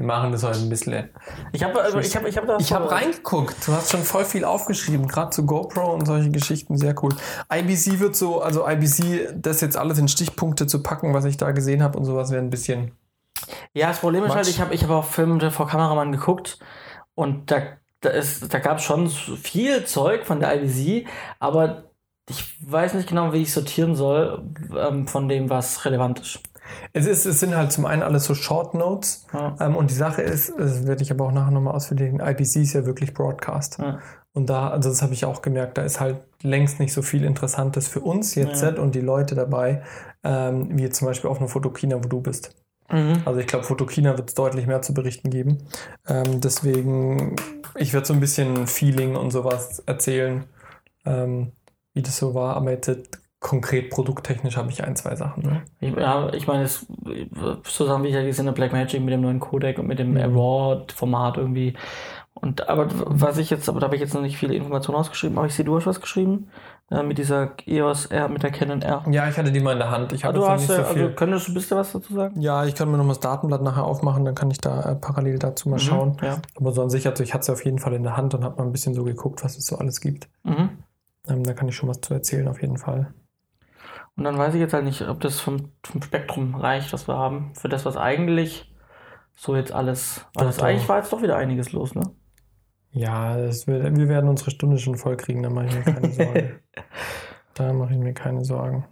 machen das heute ein bisschen. Ich habe reingeguckt. Du hast schon voll viel aufgeschrieben, gerade zu GoPro und solche Geschichten. Sehr cool. IBC wird so, also IBC, das jetzt alles in Stichpunkte zu packen, was ich da gesehen habe und sowas, wäre ein bisschen. Ja, das Problem ist halt, ich hab auch Filme vor Kameramann geguckt und da gab es schon viel Zeug von der IBC, aber ich weiß nicht genau, wie ich sortieren soll von dem, was relevant ist. Es sind halt zum einen alles so Short Notes und die Sache ist, das werde ich aber auch nachher nochmal ausführen, IBC ist ja wirklich Broadcast. Ja. Und da, also das habe ich auch gemerkt, da ist halt längst nicht so viel Interessantes für uns jetzt und die Leute dabei, wie jetzt zum Beispiel auf einer Photokina, wo du bist. Mhm. Also ich glaube, Photokina wird es deutlich mehr zu berichten geben. Deswegen, ich werde so ein bisschen Feeling und sowas erzählen, wie das so war, aber jetzt konkret produkttechnisch habe ich 1-2 Sachen. Ne? Ich meine, so Sachen wie ich ja gesehen habe, Blackmagic mit dem neuen Codec und mit dem RAW-Format irgendwie. Aber da habe ich jetzt noch nicht viele Informationen ausgeschrieben, aber ich sehe, du hast was geschrieben mit dieser EOS R, mit der Canon R. Ja, ich hatte die mal in der Hand. Ich habe nicht so viel. Also bist du was dazu sagen? Ja, ich kann mir noch das Datenblatt nachher aufmachen, dann kann ich da parallel dazu mal schauen. Ja. Aber so an sich, also ich hatte es auf jeden Fall in der Hand und habe mal ein bisschen so geguckt, was es so alles gibt. Mhm. Da kann ich schon was zu erzählen, auf jeden Fall. Und dann weiß ich jetzt halt nicht, ob das vom Spektrum reicht, was wir haben. Für das, was eigentlich so jetzt alles eigentlich war jetzt doch wieder einiges los, ne? Ja, wir werden unsere Stunde schon voll kriegen, da mache ich mir keine Sorgen. Da mache ich mir keine Sorgen.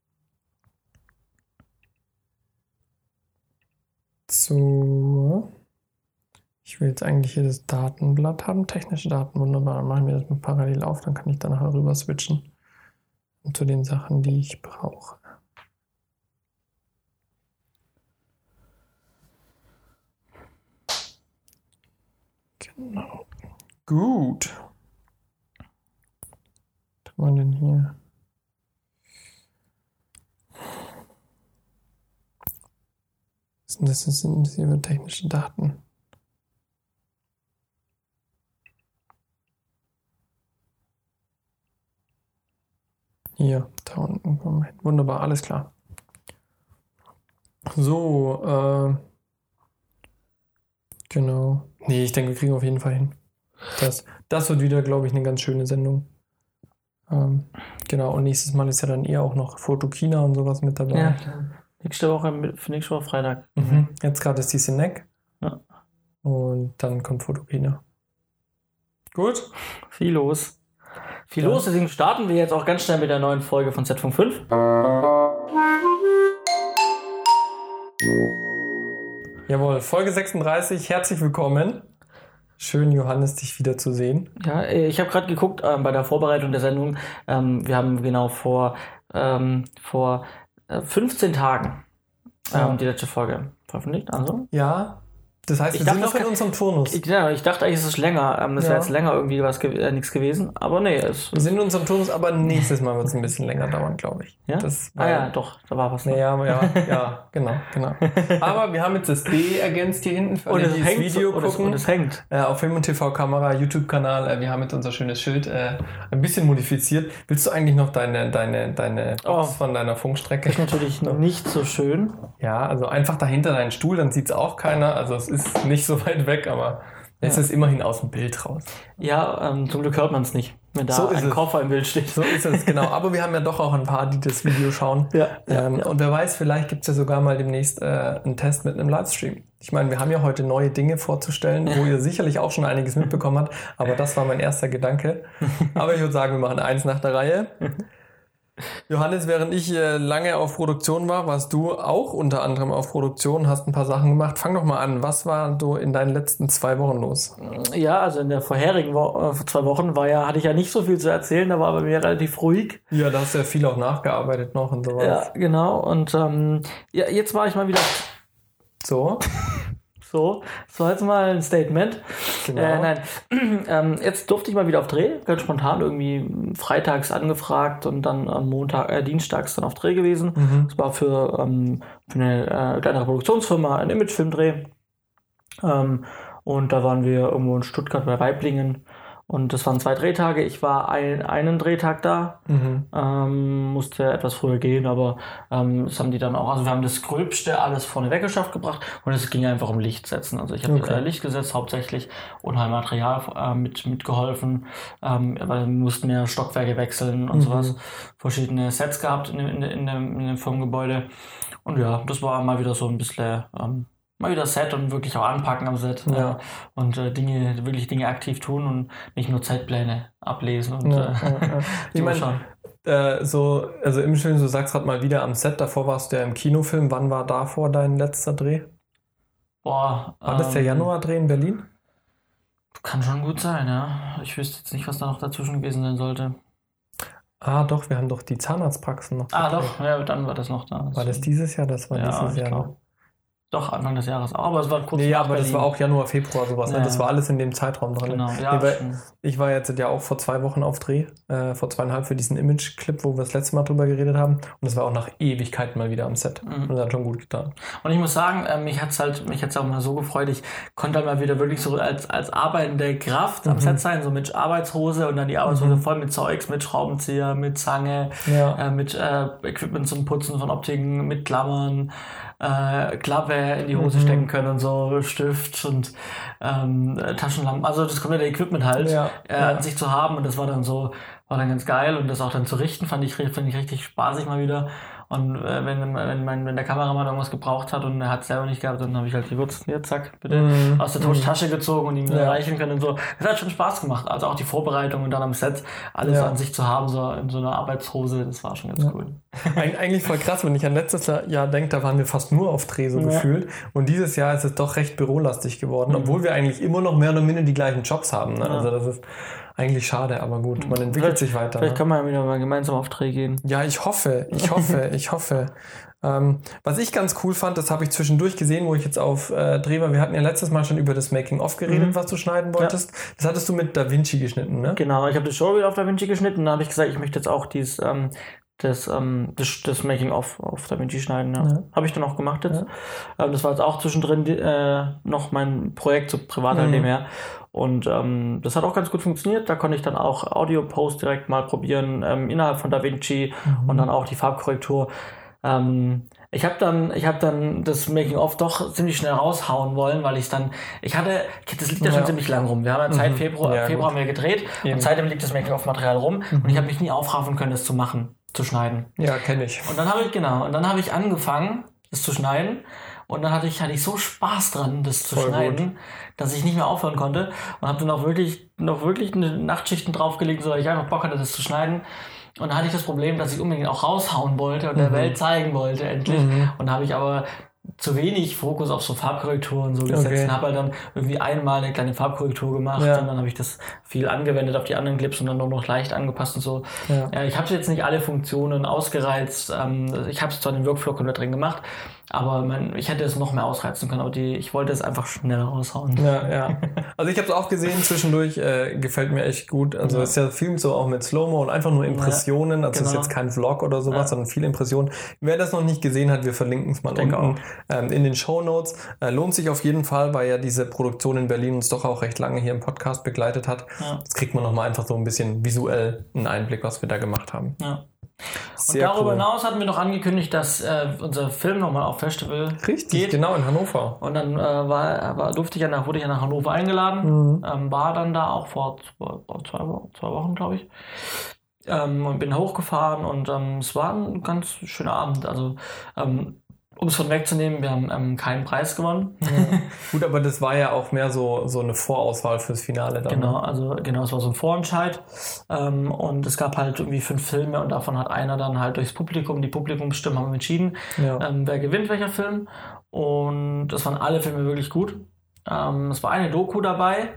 So. Ich will jetzt eigentlich hier das Datenblatt haben, technische Daten, wunderbar. Dann mache ich mir das mal parallel auf, dann kann ich da nachher rüber switchen. Zu den Sachen, die ich brauche. Genau. Gut. Was haben wir denn hier? Das sind hier technische Daten. Hier, da unten. Wunderbar, alles klar. So, genau. Nee, ich denke, wir kriegen auf jeden Fall hin. Das wird wieder, glaube ich, eine ganz schöne Sendung. Genau, und nächstes Mal ist ja dann eher auch noch Photokina und sowas mit dabei. Ja, nächste Woche Freitag. Mhm. Jetzt gerade ist die Cinec. Ja. Und dann kommt Photokina. Gut. Viel los, deswegen starten wir jetzt auch ganz schnell mit der neuen Folge von Z-Funk 5. Jawohl, Folge 36, herzlich willkommen. Schön, Johannes, dich wieder zu sehen. Ja, ich habe gerade geguckt bei der Vorbereitung der Sendung. Wir haben genau vor 15 Tagen die letzte Folge veröffentlicht. Also. Ja. Das heißt, wir sind noch in unserem Turnus. Ich dachte eigentlich, es ist länger. Das wäre jetzt länger irgendwie nichts gewesen. Aber nee. Wir sind in unserem Turnus, aber nächstes Mal wird es ein bisschen länger dauern, glaube ich. Ja? Doch. Da war was. Ja, genau. Aber wir haben jetzt das D ergänzt hier hinten für alle, die das Video gucken. Und es hängt. Auf Film- und TV-Kamera, YouTube-Kanal. Wir haben jetzt unser schönes Schild ein bisschen modifiziert. Willst du eigentlich noch deine Box von deiner Funkstrecke? Ist natürlich nicht so schön. Ja, also einfach dahinter deinen Stuhl, dann sieht es auch keiner. Also es ist nicht so weit weg, aber es ist immerhin aus dem Bild raus. Ja, zum Glück hört man es nicht, wenn da ein Koffer im Bild steht. So ist es, genau. Aber wir haben ja doch auch ein paar, die das Video schauen. Und wer weiß, vielleicht gibt es ja sogar mal demnächst einen Test mit einem Livestream. Ich meine, wir haben ja heute neue Dinge vorzustellen, wo ihr sicherlich auch schon einiges mitbekommen habt. Aber das war mein erster Gedanke. Aber ich würde sagen, wir machen eins nach der Reihe. Johannes, während ich lange auf Produktion war, warst du auch unter anderem auf Produktion, hast ein paar Sachen gemacht. Fang doch mal an. Was war so in deinen letzten 2 Wochen los? Ja, also in der vorherigen 2 Wochen hatte ich ja nicht so viel zu erzählen, da war bei mir relativ ruhig. Ja, da hast du ja viel auch nachgearbeitet noch und sowas. Ja, genau. Und jetzt war ich mal wieder... So? So, das war jetzt mal ein Statement. Genau. Jetzt durfte ich mal wieder auf Dreh, ganz spontan irgendwie freitags angefragt und dann am dienstags dann auf Dreh gewesen. Das war für eine kleinere Produktionsfirma, ein Imagefilmdreh. Und da waren wir irgendwo in Stuttgart bei Waiblingen Und das waren 2 Drehtage. Ich war einen Drehtag da, musste etwas früher gehen, aber das haben die dann auch, also wir haben das Gröbste alles vorne weggeschafft gebracht und es ging einfach um Licht setzen. Also ich habe Licht gesetzt hauptsächlich und halt Material mitgeholfen, weil wir mussten ja Stockwerke wechseln und sowas. Verschiedene Sets gehabt in dem Firmengebäude. Und ja, das war mal wieder so ein bisschen mal wieder Set und wirklich auch anpacken am Set und Dinge aktiv tun und nicht nur Zeitpläne ablesen und ich meine, also im Film, du sagst gerade mal wieder am Set, davor warst du ja im Kinofilm. Wann war davor dein letzter Dreh? War das der Januar-Dreh in Berlin? Kann schon gut sein, ja. Ich wüsste jetzt nicht, was da noch dazwischen gewesen sein sollte. Doch, wir haben doch die Zahnarztpraxen noch. Doch, ja, dann war das noch da. War das dieses Jahr? Das war dieses Jahr noch. Doch, Anfang des Jahres auch, aber es war kurz nach Berlin. Das war auch Januar, Februar sowas. Ja. Das war alles in dem Zeitraum dran. Genau, ich war jetzt ja auch vor 2 Wochen auf Dreh, vor 2,5 für diesen Image-Clip, wo wir das letzte Mal drüber geredet haben. Und das war auch nach Ewigkeiten mal wieder am Set. Und das hat schon gut getan. Und ich muss sagen, mich hat's auch mal so gefreut, ich konnte halt mal wieder wirklich so als arbeitende Kraft am Set sein, so mit Arbeitshose und dann die Arbeitshose voll mit Zeugs, mit Schraubenzieher, mit Zange, mit Equipment zum Putzen von Optiken, mit Klammern, Klappe in die Hose stecken können und so, Stift und Taschenlampen, also das komplette Equipment halt an sich zu haben und das war dann ganz geil und das auch dann zu richten, fand ich richtig spaßig mal wieder. Und wenn der Kameramann irgendwas gebraucht hat und er hat es selber nicht gehabt, dann habe ich halt die Würze hier, zack, bitte, aus der Tasche gezogen und ihm erreichen können und so. Das hat schon Spaß gemacht. Also auch die Vorbereitung und dann am Set alles an sich zu haben, so in so einer Arbeitshose, das war schon ganz cool. Eigentlich voll krass, wenn ich an letztes Jahr denke, da waren wir fast nur auf Dreh so gefühlt. Und dieses Jahr ist es doch recht bürolastig geworden, obwohl wir eigentlich immer noch mehr oder minder die gleichen Jobs haben. Ne? Also das ist eigentlich schade, aber gut, man entwickelt sich weiter. Vielleicht kann man ja wieder mal gemeinsam auf Dreh gehen. Ja, ich hoffe. Was ich ganz cool fand, das habe ich zwischendurch gesehen, wo ich jetzt auf Dreh war. Wir hatten ja letztes Mal schon über das Making-of geredet, was du schneiden wolltest. Ja. Das hattest du mit DaVinci geschnitten, ne? Genau, ich habe das Show wieder auf DaVinci geschnitten und da habe ich gesagt, ich möchte jetzt auch das Making-of auf DaVinci schneiden. Ja. Habe ich dann auch gemacht jetzt. Ja. Das war jetzt auch zwischendrin noch mein Projekt, so privat halt nebenher. Und das hat auch ganz gut funktioniert. Da konnte ich dann auch Audio-Post direkt mal probieren innerhalb von DaVinci und dann auch die Farbkorrektur. Ich habe dann das Making-of doch ziemlich schnell raushauen wollen, weil das liegt ja schon ziemlich lang rum. Wir haben ja Zeit, Februar haben wir gedreht und seitdem liegt das Making-of-Material rum und ich habe mich nie aufraffen können, das zu schneiden. Ja, kenne ich. Und dann habe ich angefangen, das zu schneiden. Und dann hatte ich so Spaß dran, das zu schneiden, dass ich nicht mehr aufhören konnte. Und habe dann auch wirklich eine Nachtschichten draufgelegt, so weil ich einfach Bock hatte, das zu schneiden. Und dann hatte ich das Problem, dass ich unbedingt auch raushauen wollte und der Welt zeigen wollte, endlich. Und da habe ich aber zu wenig Fokus auf so Farbkorrekturen so gesetzt und habe halt dann irgendwie einmal eine kleine Farbkorrektur gemacht und dann habe ich das viel angewendet auf die anderen Clips und dann nur noch leicht angepasst und so. Ja. Ich habe jetzt nicht alle Funktionen ausgereizt. Ich habe es zwar in den Workflow komplett drin gemacht, aber ich hätte es noch mehr ausreizen können, aber ich wollte es einfach schneller raushauen. Ja. Also ich habe es auch gesehen, zwischendurch gefällt mir echt gut. Also es ist ja Film so auch mit Slow-Mo und einfach nur Impressionen. Also es ist jetzt kein Vlog oder sowas, sondern viele Impressionen. Wer das noch nicht gesehen hat, wir verlinken es mal unten in den Shownotes. Lohnt sich auf jeden Fall, weil ja diese Produktion in Berlin uns doch auch recht lange hier im Podcast begleitet hat. Ja. Jetzt kriegt man nochmal einfach so ein bisschen visuell einen Einblick, was wir da gemacht haben. Ja. Und darüber hinaus hatten wir noch angekündigt, dass unser Film nochmal auf Festival geht. Genau, in Hannover. Und dann wurde ich ja nach Hannover eingeladen, war dann da auch vor 2 Wochen, glaube ich. Und bin hochgefahren und es war ein ganz schöner Abend. Also um es von wegzunehmen, wir haben keinen Preis gewonnen. Ja. Gut, aber das war ja auch mehr so eine Vorauswahl fürs Finale dann. Genau, es war so ein Vorentscheid. Und es gab halt irgendwie 5 Filme und davon hat einer dann halt durchs Publikum, die Publikumsstimmen haben entschieden, wer gewinnt welcher Film. Und es waren alle Filme wirklich gut. Es war eine Doku dabei.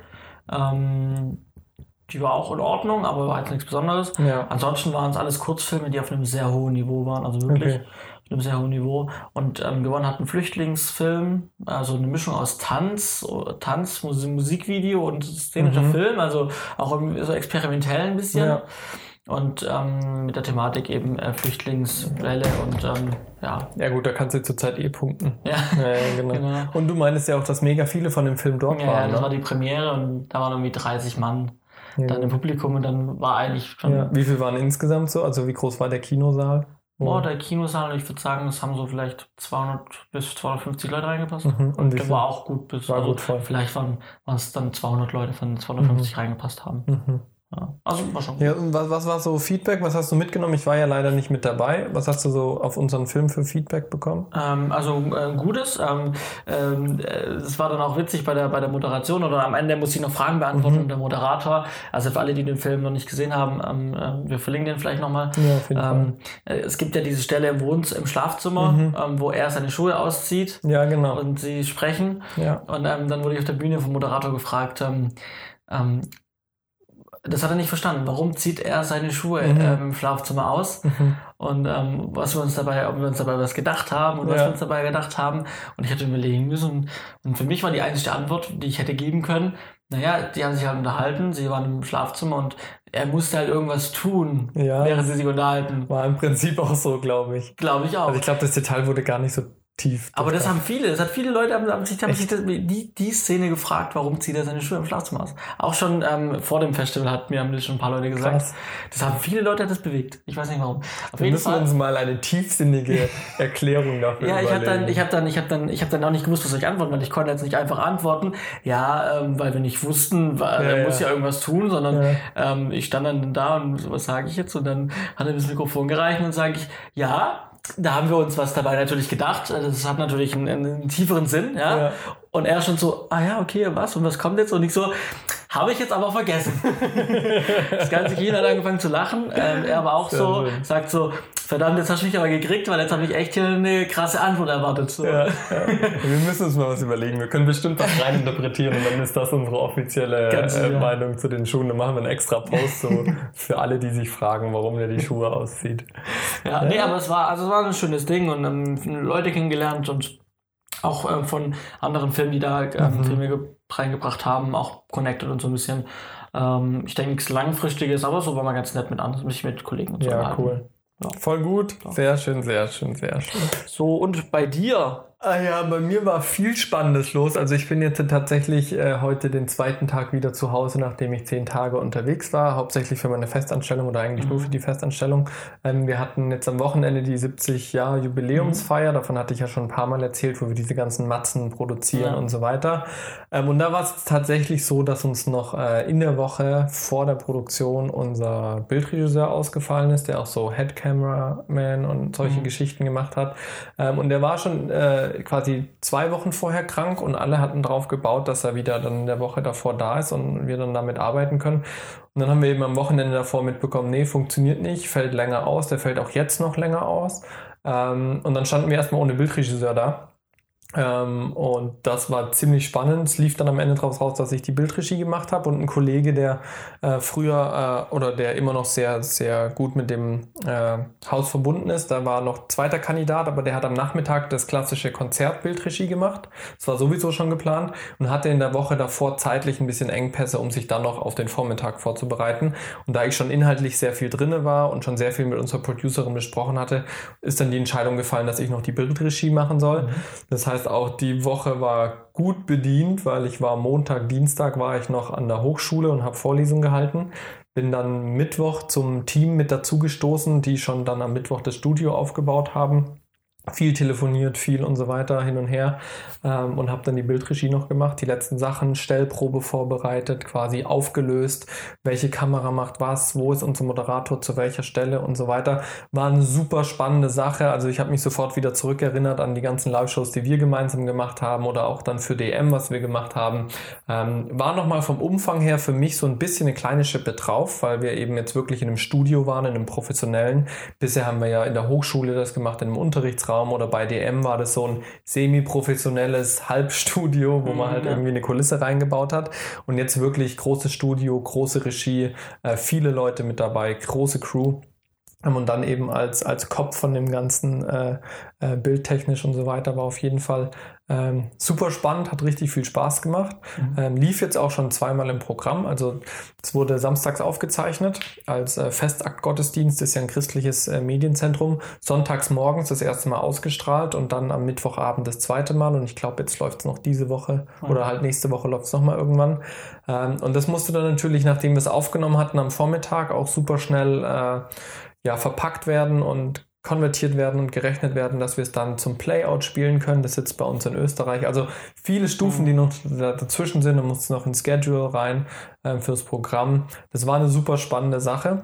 Die war auch in Ordnung, aber war jetzt nichts Besonderes. Ja. Ansonsten waren es alles Kurzfilme, die auf einem sehr hohen Niveau waren, also wirklich auf einem sehr hohen Niveau. Und gewonnen hat ein Flüchtlingsfilm, also eine Mischung aus Tanz, Musikvideo und szenischer Film, also auch so experimentell ein bisschen. Ja. Und mit der Thematik eben Flüchtlingswelle und Ja gut, da kannst du zurzeit punkten. Ja, genau. Und du meinst ja auch, dass mega viele von dem Film dort waren. Ja, das war die Premiere und da waren irgendwie 30 Mann. dann im Publikum und dann war eigentlich schon... Ja. Wie viel waren insgesamt so? Also wie groß war der Kinosaal? Der Kinosaal, ich würde sagen, es haben so vielleicht 200 bis 250 Leute reingepasst. Und der war auch gut bis... War gut voll. Vielleicht waren es dann 200 Leute von 250 reingepasst haben. Ja. Also war schon gut. Ja, und was war so Feedback? Was hast du mitgenommen? Ich war ja leider nicht mit dabei. Was hast du so auf unseren Film für Feedback bekommen? Gutes. Es war dann auch witzig bei der Moderation oder am Ende musste ich noch Fragen beantworten und der Moderator, also für alle, die den Film noch nicht gesehen haben, wir verlinken den vielleicht nochmal. Ja, auf jeden Fall. Es gibt ja diese Stelle im Schlafzimmer, wo er seine Schuhe auszieht. Ja, genau. Und sie sprechen. Ja. Und dann wurde ich auf der Bühne vom Moderator gefragt, das hat er nicht verstanden. Warum zieht er seine Schuhe im Schlafzimmer aus? Und ob wir uns dabei was gedacht haben und was wir uns dabei gedacht haben. Und ich hatte überlegen müssen. Und für mich war die einzige Antwort, die ich hätte geben können, die haben sich halt unterhalten, sie waren im Schlafzimmer und er musste halt irgendwas tun, während sie sich unterhalten. War im Prinzip auch so, glaube ich. Glaube ich auch. Also ich glaube, das Detail wurde gar nicht so tief. Aber das haben viele Leute haben sich die Szene gefragt, warum zieht er seine Schuhe im Schlafzimmer aus. Auch schon vor dem Festival haben das schon ein paar Leute gesagt. Krass. Das haben viele Leute das bewegt. Ich weiß nicht warum. Wir müssen uns mal eine tiefsinnige Erklärung dafür überlegen. Ich habe dann auch nicht gewusst, was soll ich antworten, weil ich konnte jetzt nicht einfach antworten. Weil wir nicht wussten, er muss ja irgendwas tun, sondern ich stand dann da und was sage ich jetzt? Und dann hat er das Mikrofon gereicht und dann sage ich, da haben wir uns was dabei natürlich gedacht. Das hat natürlich einen tieferen Sinn, ja. Und er schon so, okay, was? Und was kommt jetzt? Und ich so, habe ich jetzt aber vergessen. Das ganze Kino hat angefangen zu lachen. Er aber auch so, sagt so, verdammt, jetzt hast du mich aber gekriegt, weil jetzt habe ich echt hier eine krasse Antwort erwartet. So. Ja. Wir müssen uns mal was überlegen. Wir können bestimmt was reininterpretieren und dann ist das unsere offizielle Meinung zu den Schuhen. Dann machen wir einen extra Post so für alle, die sich fragen, warum der die Schuhe auszieht. Aber es war ein schönes Ding und Leute kennengelernt und auch von anderen Filmen, die da Filme reingebracht haben, auch connected und so ein bisschen. Ich denke, nichts Langfristiges, aber so war man ganz nett mit Kollegen und so. Ja, cool. Ja. Voll gut. Ja. Sehr schön, sehr schön, sehr schön. So, und bei dir? Bei mir war viel Spannendes los. Also ich bin jetzt tatsächlich heute den zweiten Tag wieder zu Hause, nachdem ich 10 Tage unterwegs war, hauptsächlich für meine Festanstellung oder eigentlich nur für die Festanstellung. Wir hatten jetzt am Wochenende die 70-Jahr-Jubiläumsfeier, davon hatte ich ja schon ein paar Mal erzählt, wo wir diese ganzen Matzen produzieren und so weiter. Und da war es tatsächlich so, dass uns noch in der Woche vor der Produktion unser Bildregisseur ausgefallen ist, der auch so Head Cameraman und solche Geschichten gemacht hat. Und der war schon quasi 2 Wochen vorher krank und alle hatten drauf gebaut, dass er wieder dann in der Woche davor da ist und wir dann damit arbeiten können. Und dann haben wir eben am Wochenende davor mitbekommen, nee, funktioniert nicht, fällt länger aus, der fällt auch jetzt noch länger aus. Und dann standen wir erstmal ohne Bildregisseur da. Und das war ziemlich spannend. Es lief dann am Ende draus raus, dass ich die Bildregie gemacht habe und ein Kollege, der früher oder der immer noch sehr, sehr gut mit dem Haus verbunden ist, da war noch zweiter Kandidat, aber der hat am Nachmittag das klassische Konzertbildregie gemacht. Das war sowieso schon geplant und hatte in der Woche davor zeitlich ein bisschen Engpässe, um sich dann noch auf den Vormittag vorzubereiten. Und da ich schon inhaltlich sehr viel drinne war und schon sehr viel mit unserer Producerin besprochen hatte, ist dann die Entscheidung gefallen, dass ich noch die Bildregie machen soll. Das heißt, auch die Woche war gut bedient, weil ich war Montag, Dienstag war ich noch an der Hochschule und habe Vorlesungen gehalten. Bin dann Mittwoch zum Team mit dazu gestoßen, die schon dann am Mittwoch das Studio aufgebaut haben. Viel telefoniert, viel und so weiter, hin und her und habe dann die Bildregie noch gemacht, die letzten Sachen, Stellprobe vorbereitet, quasi aufgelöst, welche Kamera macht was, wo ist unser Moderator, zu welcher Stelle und so weiter. War eine super spannende Sache, also ich habe mich sofort wieder zurückerinnert an die ganzen Live-Shows, die wir gemeinsam gemacht haben oder auch dann für DM, was wir gemacht haben. War nochmal vom Umfang her für mich so ein bisschen eine kleine Schippe drauf, weil wir eben jetzt wirklich in einem Studio waren, in einem professionellen. Bisher haben wir ja in der Hochschule das gemacht, in einem Unterrichtsraum oder bei DM war das so ein semi-professionelles Halbstudio, wo man halt irgendwie eine Kulisse reingebaut hat und jetzt wirklich großes Studio, große Regie, viele Leute mit dabei, große Crew. Und dann eben als Kopf von dem ganzen bildtechnisch und so weiter war auf jeden Fall super spannend, hat richtig viel Spaß gemacht. Lief jetzt auch schon zweimal im Programm. Also es wurde samstags aufgezeichnet als Festakt-Gottesdienst, ist ja ein christliches Medienzentrum. Sonntags morgens das erste Mal ausgestrahlt und dann am Mittwochabend das zweite Mal. Und ich glaube, jetzt läuft es noch diese Woche oder halt nächste Woche läuft es nochmal irgendwann. Und das musste dann natürlich, nachdem wir es aufgenommen hatten am Vormittag, auch super schnell verpackt werden und konvertiert werden und gerechnet werden, dass wir es dann zum Playout spielen können. Das sitzt bei uns in Österreich. Also viele Stufen, die noch dazwischen sind, und mussten noch ins Schedule rein fürs Programm. Das war eine super spannende Sache.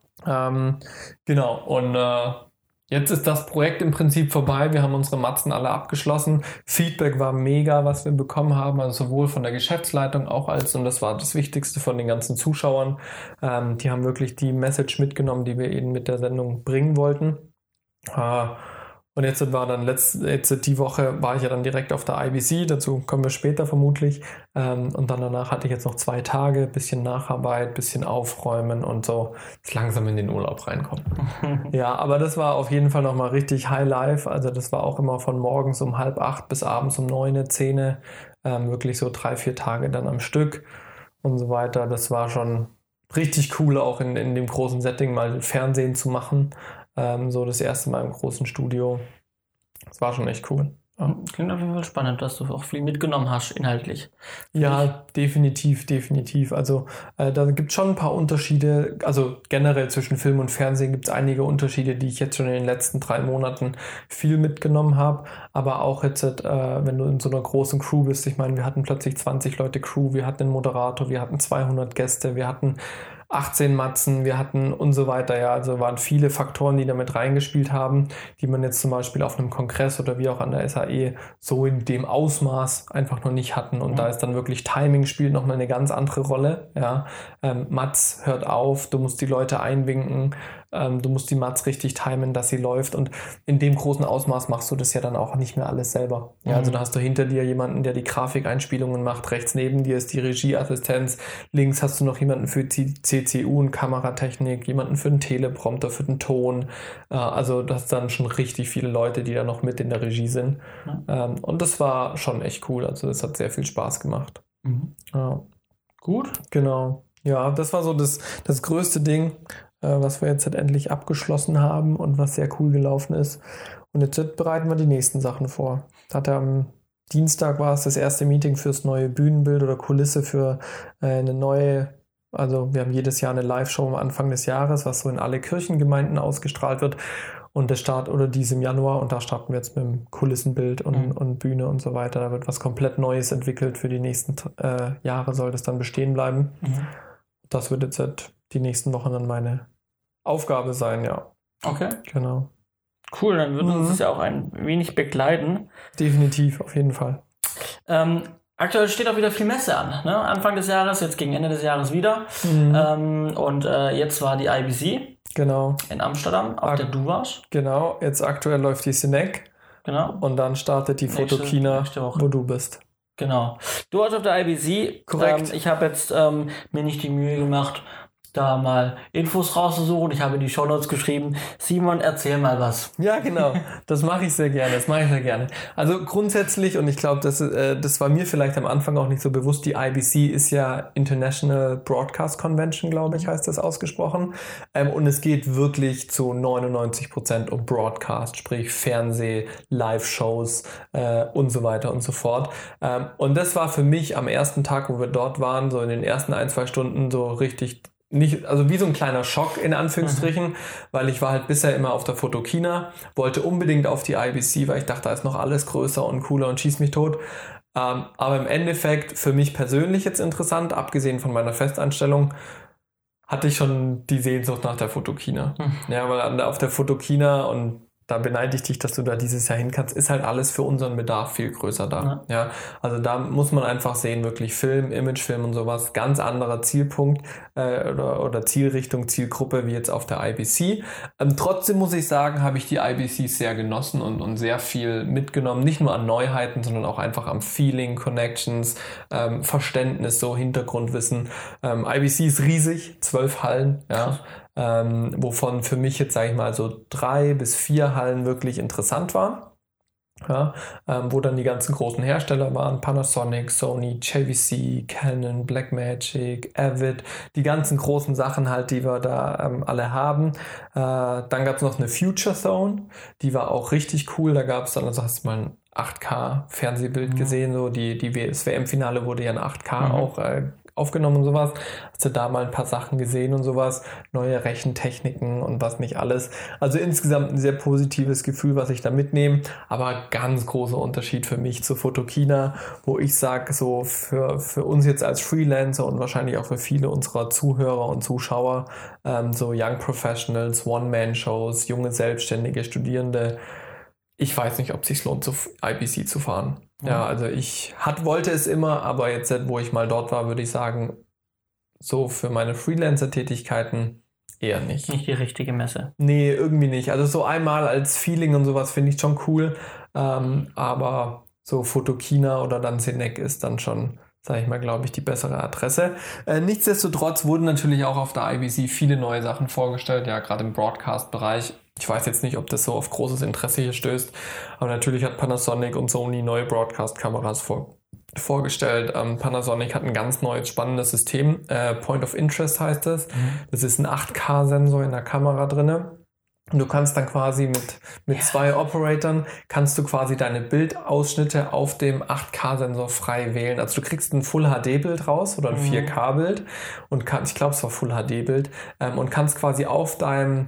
Genau, und jetzt ist das Projekt im Prinzip vorbei. Wir haben unsere Matzen alle abgeschlossen. Feedback war mega, was wir bekommen haben, also sowohl von der Geschäftsleitung auch und das war das Wichtigste, von den ganzen Zuschauern. Die haben wirklich die Message mitgenommen, die wir ihnen mit der Sendung bringen wollten. Und jetzt die Woche war ich ja dann direkt auf der IBC, dazu kommen wir später vermutlich. Und dann danach hatte ich jetzt noch 2 Tage, bisschen Nacharbeit, bisschen aufräumen und so langsam in den Urlaub reinkommen. Ja, aber das war auf jeden Fall nochmal richtig High Life. Also das war auch immer von morgens um 7:30 bis abends um 9, 10, wirklich so 3-4 Tage dann am Stück und so weiter. Das war schon richtig cool, auch in dem großen Setting mal Fernsehen zu machen. So das erste Mal im großen Studio. Das war schon echt cool. Ja. Klingt auf jeden Fall spannend, dass du auch viel mitgenommen hast, inhaltlich. Ja, definitiv. Also da gibt es schon ein paar Unterschiede. Also generell zwischen Film und Fernsehen gibt es einige Unterschiede, die ich jetzt schon in den letzten 3 Monaten viel mitgenommen habe. Aber auch jetzt, wenn du in so einer großen Crew bist, ich meine, wir hatten plötzlich 20 Leute Crew, wir hatten einen Moderator, wir hatten 200 Gäste, wir hatten 18 Matzen, wir hatten und so weiter, ja, also waren viele Faktoren, die damit reingespielt haben, die man jetzt zum Beispiel auf einem Kongress oder wie auch an der SAE so in dem Ausmaß einfach noch nicht hatten und da ist dann wirklich Timing spielt nochmal eine ganz andere Rolle, ja, Matz hört auf, du musst die Leute einwinken, du musst die Matz richtig timen, dass sie läuft und in dem großen Ausmaß machst du das ja dann auch nicht mehr alles selber. Ja, also da hast du hinter dir jemanden, der die Grafikeinspielungen macht, rechts neben dir ist die Regieassistenz, links hast du noch jemanden für CCU und Kameratechnik, jemanden für den Teleprompter, für den Ton, also das sind dann schon richtig viele Leute, die da noch mit in der Regie sind und das war schon echt cool, also das hat sehr viel Spaß gemacht. Ja. Gut. Genau. Ja, das war so das größte Ding, was wir jetzt halt endlich abgeschlossen haben und was sehr cool gelaufen ist. Und jetzt bereiten wir die nächsten Sachen vor. Am Dienstag war es das erste Meeting fürs neue Bühnenbild oder Kulisse für eine neue, also wir haben jedes Jahr eine Live-Show am Anfang des Jahres, was so in alle Kirchengemeinden ausgestrahlt wird. Und die ist im Januar und da starten wir jetzt mit dem Kulissenbild und Bühne und so weiter. Da wird was komplett Neues entwickelt für die nächsten Jahre, soll das dann bestehen bleiben. Das wird jetzt die nächsten Wochen dann meine Aufgabe sein, ja. Okay. Genau. Cool, dann wird uns das ja auch ein wenig begleiten. Definitiv, auf jeden Fall. Aktuell steht auch wieder viel Messe an, ne? Anfang des Jahres, jetzt gegen Ende des Jahres wieder. Und jetzt war die IBC. Genau. In Amsterdam, auf der du warst. Genau, jetzt aktuell läuft die Cinec. Genau. Und dann startet die Fotokina, wo du bist. Genau. Du warst auf der IBC. Korrekt. Ich habe jetzt mir nicht die Mühe gemacht, da mal Infos rauszusuchen. Ich habe in die Shownotes geschrieben, Simon, erzähl mal was. Ja, genau. Das mache ich sehr gerne. Also grundsätzlich, und ich glaube, das war mir vielleicht am Anfang auch nicht so bewusst, die IBC ist ja International Broadcast Convention, glaube ich, heißt das ausgesprochen. Und es geht wirklich zu 99% um Broadcast, sprich Fernseh, Live-Shows und so weiter und so fort. Und das war für mich am ersten Tag, wo wir dort waren, so in den ersten 1-2 Stunden so richtig nicht, also wie so ein kleiner Schock in Anführungsstrichen, weil ich war halt bisher immer auf der Fotokina, wollte unbedingt auf die IBC, weil ich dachte, da ist noch alles größer und cooler und schieß mich tot. Aber im Endeffekt für mich persönlich jetzt interessant, abgesehen von meiner Festanstellung, hatte ich schon die Sehnsucht nach der Fotokina. Ja, weil auf der Fotokina, und da beneide ich dich, dass du da dieses Jahr hin kannst, ist halt alles für unseren Bedarf viel größer da. Ja, also da muss man einfach sehen, wirklich Film, Imagefilm und sowas, ganz anderer Zielpunkt oder Zielrichtung, Zielgruppe wie jetzt auf der IBC. Trotzdem muss ich sagen, habe ich die IBC sehr genossen und sehr viel mitgenommen, nicht nur an Neuheiten, sondern auch einfach am Feeling, Connections, Verständnis, so Hintergrundwissen. IBC ist riesig, 12 Hallen, ja. wovon für mich jetzt, sage ich mal, so 3 bis 4 Hallen wirklich interessant waren. Ja, wo dann die ganzen großen Hersteller waren, Panasonic, Sony, JVC, Canon, Blackmagic, Avid, die ganzen großen Sachen halt, die wir da alle haben. Dann gab es noch eine Future Zone, die war auch richtig cool, da gab es dann, also hast du mal ein 8K Fernsehbild gesehen, so das WM-Finale wurde ja in 8K auch aufgenommen und sowas. Hast du da mal ein paar Sachen gesehen und sowas, neue Rechentechniken und was nicht alles. Also insgesamt ein sehr positives Gefühl, was ich da mitnehme, aber ganz großer Unterschied für mich zu Photokina, wo ich sage, so für uns jetzt als Freelancer und wahrscheinlich auch für viele unserer Zuhörer und Zuschauer, so Young Professionals, One-Man-Shows, junge Selbstständige, Studierende, ich weiß nicht, ob es sich lohnt, zu IBC zu fahren. Ja, also ich wollte es immer, aber jetzt, wo ich mal dort war, würde ich sagen, so für meine Freelancer-Tätigkeiten eher nicht. Nicht die richtige Messe. Nee, irgendwie nicht. Also so einmal als Feeling und sowas finde ich schon cool, aber so Photokina oder dann Senec ist dann schon, sage ich mal, glaube ich, die bessere Adresse. Nichtsdestotrotz wurden natürlich auch auf der IBC viele neue Sachen vorgestellt, ja, gerade im Broadcast-Bereich. Ich weiß jetzt nicht, ob das so auf großes Interesse hier stößt, aber natürlich hat Panasonic und Sony neue Broadcast-Kameras vorgestellt. Panasonic hat ein ganz neues, spannendes System. Point of Interest heißt es. Das ist ein 8K-Sensor in der Kamera drinne. Und du kannst dann quasi mit 2 Operatoren kannst du quasi deine Bildausschnitte auf dem 8K-Sensor frei wählen. Also du kriegst ein Full-HD-Bild raus oder ein 4K-Bild und ich glaube, es war Full-HD-Bild und kannst quasi auf deinem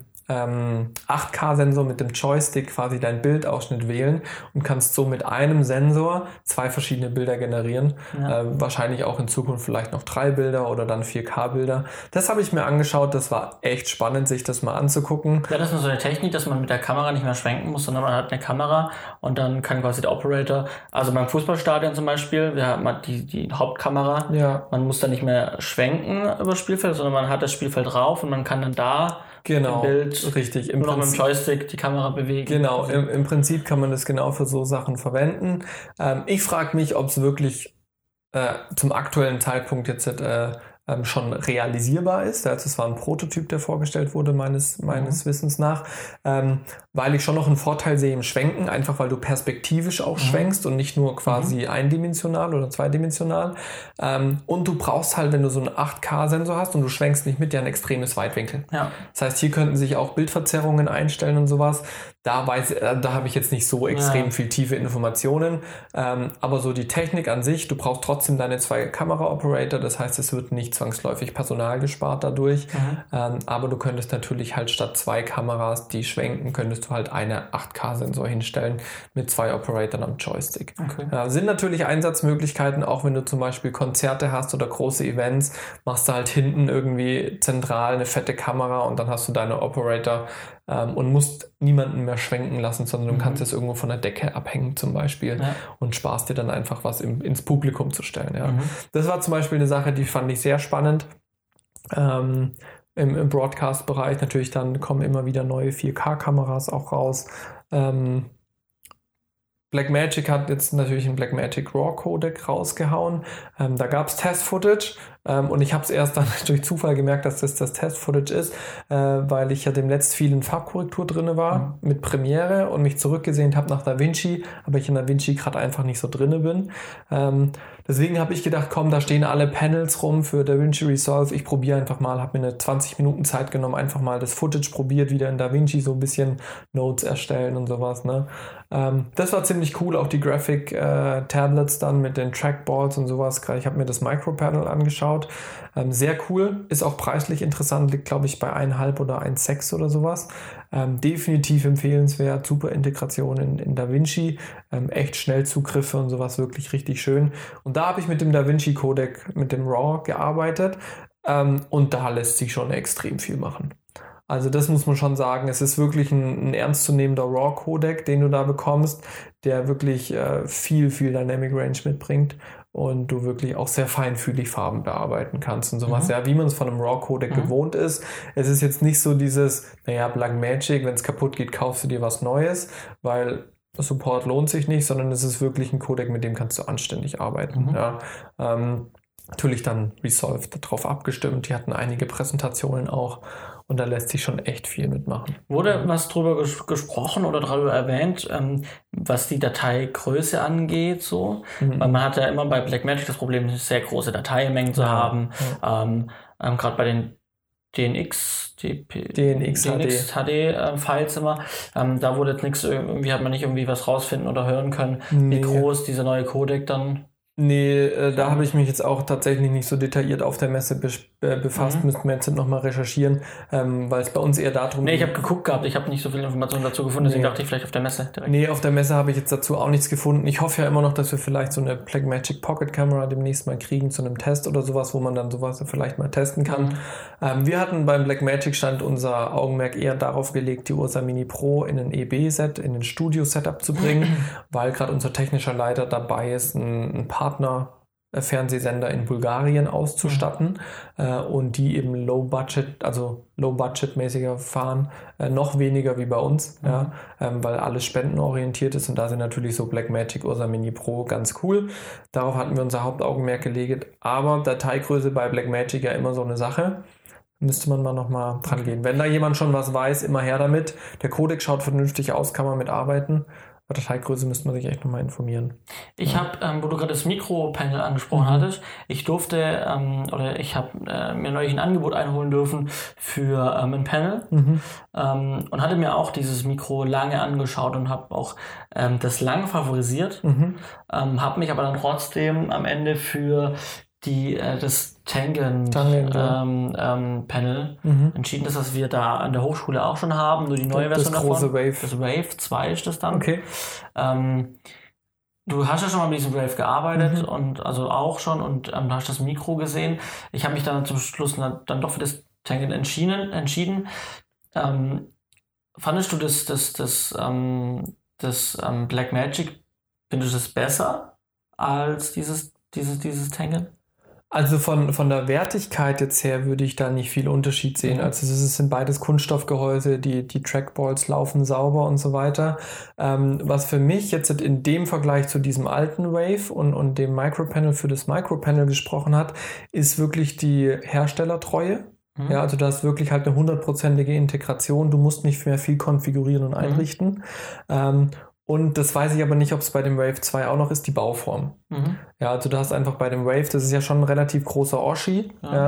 8K-Sensor mit dem Joystick quasi deinen Bildausschnitt wählen und kannst so mit einem Sensor 2 verschiedene Bilder generieren. Wahrscheinlich auch in Zukunft vielleicht noch 3 Bilder oder dann 4K-Bilder. Das habe ich mir angeschaut. Das war echt spannend, sich das mal anzugucken. Ja, das ist so eine Technik, dass man mit der Kamera nicht mehr schwenken muss, sondern man hat eine Kamera und dann kann quasi der Operator, also beim Fußballstadion zum Beispiel, wir haben die Hauptkamera, man muss da nicht mehr schwenken über das Spielfeld, sondern man hat das Spielfeld drauf und man kann dann da genau, im Bild richtig. Nur noch mit dem Joystick die Kamera bewegen. Genau, im Prinzip kann man das genau für so Sachen verwenden. Ich frage mich, ob es wirklich zum aktuellen Zeitpunkt jetzt schon realisierbar ist. Das war ein Prototyp, der vorgestellt wurde, meines Wissens nach, weil ich schon noch einen Vorteil sehe im Schwenken, einfach weil du perspektivisch auch schwenkst und nicht nur quasi eindimensional oder zweidimensional. Und du brauchst halt, wenn du so einen 8K-Sensor hast und du schwenkst nicht mit, ja ein extremes Weitwinkel. Ja. Das heißt, hier könnten sich auch Bildverzerrungen einstellen und sowas. Da habe ich jetzt nicht so extrem viel tiefe Informationen, aber so die Technik an sich, du brauchst trotzdem deine 2 Kamera-Operator, das heißt, es wird nicht zwangsläufig Personal gespart dadurch, aber du könntest natürlich halt statt 2 Kameras, die schwenken, könntest du halt eine 8K-Sensor hinstellen mit 2 Operatoren am Joystick. Okay. Sind natürlich Einsatzmöglichkeiten, auch wenn du zum Beispiel Konzerte hast oder große Events, machst du halt hinten irgendwie zentral eine fette Kamera und dann hast du deine Operator und musst niemanden mehr schwenken lassen, sondern du kannst es irgendwo von der Decke abhängen zum Beispiel und sparst dir dann einfach was ins Publikum zu stellen. Ja. Das war zum Beispiel eine Sache, die fand ich sehr spannend. Im Broadcast-Bereich natürlich dann kommen immer wieder neue 4K-Kameras auch raus. Blackmagic hat jetzt natürlich einen Blackmagic RAW Codec rausgehauen. Da gab es Test-Footage und ich habe es erst dann durch Zufall gemerkt, dass das Test-Footage ist, weil ich ja demnächst viel in Farbkorrektur drin war mit Premiere und mich zurückgesehnt habe nach DaVinci, aber ich in DaVinci gerade einfach nicht so drin bin. Deswegen habe ich gedacht, komm, da stehen alle Panels rum für DaVinci Resolve. Ich probiere einfach mal, habe mir eine 20 Minuten Zeit genommen, einfach mal das Footage probiert, wieder in DaVinci so ein bisschen Notes erstellen und sowas. Ne? Das war ziemlich cool, auch die Graphic-Tablets dann mit den Trackballs und sowas. Ich habe mir das Micropanel angeschaut. Sehr cool, ist auch preislich interessant, liegt glaube ich bei 1,5 oder 1,6 oder sowas. Definitiv empfehlenswert, super Integration in DaVinci, echt Schnellzugriffe und sowas, wirklich richtig schön. Und da habe ich mit dem DaVinci Codec, mit dem RAW gearbeitet und da lässt sich schon extrem viel machen. Also das muss man schon sagen, es ist wirklich ein ernstzunehmender RAW-Codec, den du da bekommst, der wirklich viel Dynamic Range mitbringt und du wirklich auch sehr feinfühlig Farben bearbeiten kannst und sowas, ja, wie man es von einem RAW-Codec gewohnt ist. Es ist jetzt nicht so dieses, Blackmagic, wenn es kaputt geht, kaufst du dir was Neues, weil Support lohnt sich nicht, sondern es ist wirklich ein Codec, mit dem kannst du anständig arbeiten. Ja. Natürlich dann Resolve darauf abgestimmt, die hatten einige Präsentationen auch und da lässt sich schon echt viel mitmachen. Wurde was drüber gesprochen oder darüber erwähnt, was die Dateigröße angeht, so? Weil man hat ja immer bei Blackmagic das Problem, sehr große Dateimengen zu haben, gerade bei den DNX HD Files immer. Da wurde jetzt nichts, irgendwie hat man nicht irgendwie was rausfinden oder hören können, wie groß dieser neue Codec dann. Nee, da habe ich mich jetzt auch tatsächlich nicht so detailliert auf der Messe befasst. Müssten wir jetzt nochmal recherchieren, weil es bei uns eher darum geht. Nee, ich habe geguckt gehabt, ich habe nicht so viel Informationen dazu gefunden, deswegen dachte ich vielleicht auf der Messe direkt. Nee, auf der Messe habe ich jetzt dazu auch nichts gefunden. Ich hoffe ja immer noch, dass wir vielleicht so eine Blackmagic Pocket Camera demnächst mal kriegen zu einem Test oder sowas, wo man dann sowas vielleicht mal testen kann. Wir hatten beim Blackmagic Stand unser Augenmerk eher darauf gelegt, die Ursa Mini Pro in ein EB-Set, in ein Studio-Setup zu bringen, weil gerade unser technischer Leiter dabei ist, ein Partner-Fernsehsender in Bulgarien auszustatten und die eben Low-Budget-mäßiger fahren, noch weniger wie bei uns, weil alles spendenorientiert ist und da sind natürlich so Blackmagic Ursa Mini Pro ganz cool. Darauf hatten wir unser Hauptaugenmerk gelegt, aber Dateigröße bei Blackmagic ja immer so eine Sache. Müsste man mal nochmal dran gehen. Wenn da jemand schon was weiß, immer her damit. Der Codec schaut vernünftig aus, kann man mitarbeiten. Bei Dateigröße müsste man sich echt nochmal informieren. Ich habe, wo du gerade das Mikropanel angesprochen hattest, ich durfte, ich habe mir neulich ein Angebot einholen dürfen für ein Panel und hatte mir auch dieses Mikro lange angeschaut und habe auch das lang favorisiert, habe mich aber dann trotzdem am Ende für das Tangent Panel entschieden, dass wir da an der Hochschule auch schon haben, nur die neue Version davon. Das große Wave. Das Wave 2 ist das dann. Okay. Du hast ja schon mal mit diesem Wave gearbeitet und also auch schon und du hast das Mikro gesehen. Ich habe mich dann zum Schluss dann doch für das Tangent entschieden. Fandest du das Blackmagic, findest du das besser als dieses Tangent? Also von der Wertigkeit jetzt her würde ich da nicht viel Unterschied sehen. Also es sind beides Kunststoffgehäuse, die Trackballs laufen sauber und so weiter. Was für mich jetzt in dem Vergleich zu diesem alten Wave und dem Micropanel für das Micropanel gesprochen hat, ist wirklich die Herstellertreue. Ja, also du hast wirklich halt eine 100%ige Integration. Du musst nicht mehr viel konfigurieren und einrichten. Und das weiß ich aber nicht, ob es bei dem Wave 2 auch noch ist, die Bauform. Ja, also du hast einfach bei dem Wave, das ist ja schon ein relativ großer Oschi.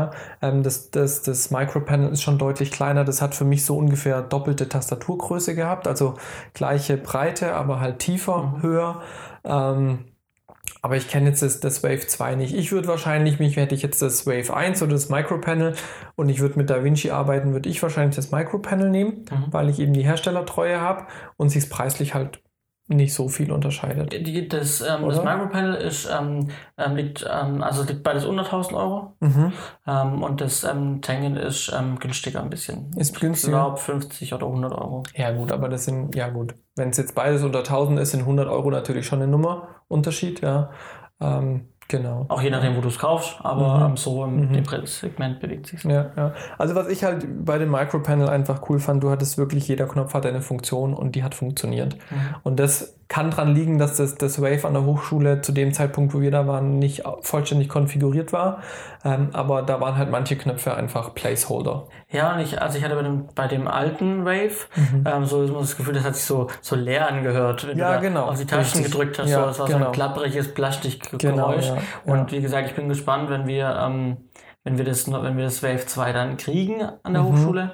Das Micropanel ist schon deutlich kleiner. Das hat für mich so ungefähr doppelte Tastaturgröße gehabt. Also gleiche Breite, aber halt tiefer, höher. Aber ich kenne jetzt das Wave 2 nicht. Ich würde wahrscheinlich, hätte ich jetzt das Wave 1 oder das Micropanel und ich würde mit DaVinci arbeiten, würde ich wahrscheinlich das Micropanel nehmen, weil ich eben die Herstellertreue habe und sich es preislich halt nicht so viel unterscheidet. Das Micropanel ist, liegt beides unter 1.000 Euro. Und das Tangent ist günstiger ein bisschen. Ist günstiger? Ich glaube 50 oder 100 Euro. Ja gut, aber das sind, wenn es jetzt beides unter 1.000 ist, sind 100 Euro natürlich schon eine Nummer Unterschied, ja. Genau. Auch je nachdem, wo du es kaufst, aber so im dem Segment bewegt sich. Ja. Also was ich halt bei dem Micropanel einfach cool fand, du hattest wirklich, jeder Knopf hat eine Funktion und die hat funktioniert. Und das kann dran liegen, dass das Wave an der Hochschule zu dem Zeitpunkt, wo wir da waren, nicht vollständig konfiguriert war. Aber da waren halt manche Knöpfe einfach Placeholder. Ja, und ich hatte bei dem alten Wave so das Gefühl, das hat sich so leer angehört, wenn du genau. auf die Tasten gedrückt hast. Das war so ein klappriges Plastikgeräusch. Und wie gesagt, ich bin gespannt, wenn wir das Wave 2 dann kriegen an der Hochschule.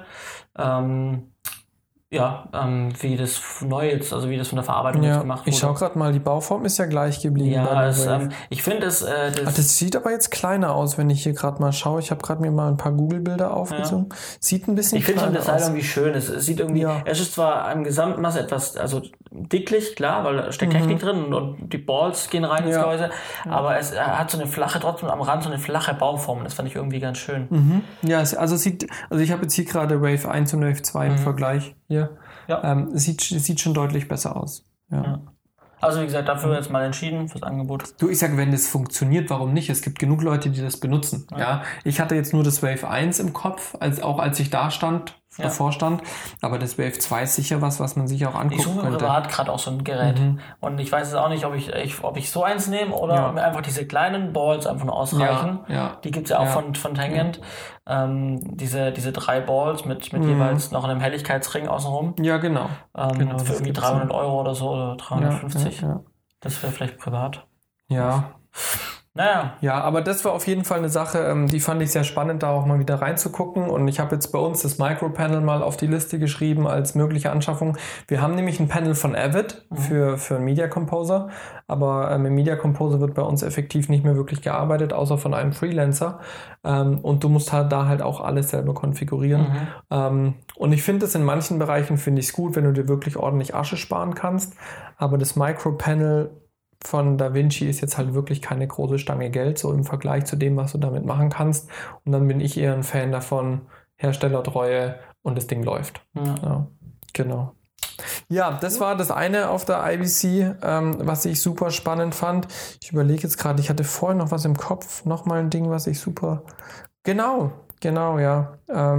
Wie das neu jetzt, also wie das von der Verarbeitung jetzt gemacht wurde. Ich schaue gerade mal, die Bauform ist ja gleich geblieben. Ja, ich finde es... das sieht aber jetzt kleiner aus, wenn ich hier gerade mal schaue. Ich habe gerade mir mal ein paar Google-Bilder aufgezogen. Sieht ein bisschen kleiner aus. Ich finde schon das irgendwie schön. Es sieht irgendwie... Es ist zwar im Gesamtmaß etwas dicklich, klar, weil da steckt Technik drin und die Balls gehen rein ins Gehäuse, aber es hat so eine flache, trotzdem am Rand so eine flache Bauform. Das fand ich irgendwie ganz schön. Ja, also ich habe jetzt hier gerade Wave 1 und Wave 2 im Vergleich hier. Ja. Sieht schon deutlich besser aus. Ja. Also wie gesagt, dafür jetzt mal entschieden fürs Angebot. Du, ich sage, wenn das funktioniert, warum nicht? Es gibt genug Leute, die das benutzen. Ja. Ich hatte jetzt nur das Wave 1 im Kopf, als ich da stand bevorstand. Aber das Wave 2 ist sicher was man sich auch angucken könnte. Ich suche privat gerade auch so ein Gerät. Und ich weiß jetzt auch nicht, ob ich so eins nehme oder ob mir einfach diese kleinen Balls einfach nur ausreichen. Die gibt es ja auch von Tangent. Diese 3 Balls mit jeweils noch einem Helligkeitsring außenrum. Ja, genau. Für irgendwie 300 € oder so oder 350. Das wäre vielleicht privat. Ja. Naja. Ja, aber das war auf jeden Fall eine Sache, die fand ich sehr spannend, da auch mal wieder reinzugucken. Und ich habe jetzt bei uns das Micro-Panel mal auf die Liste geschrieben als mögliche Anschaffung. Wir haben nämlich ein Panel von Avid für einen Media Composer, aber mit Media Composer wird bei uns effektiv nicht mehr wirklich gearbeitet, außer von einem Freelancer. Und du musst halt da halt auch alles selber konfigurieren. Und ich finde es in manchen Bereichen, finde ich es gut, wenn du dir wirklich ordentlich Asche sparen kannst. Aber das Micro-Panel von DaVinci ist jetzt halt wirklich keine große Stange Geld, so im Vergleich zu dem, was du damit machen kannst. Und dann bin ich eher ein Fan davon, Herstellertreue und das Ding läuft. Ja, genau. Ja, das war das eine auf der IBC, was ich super spannend fand. Ich überlege jetzt gerade, ich hatte vorhin noch was im Kopf, nochmal ein Ding, was ich super... Genau, ja.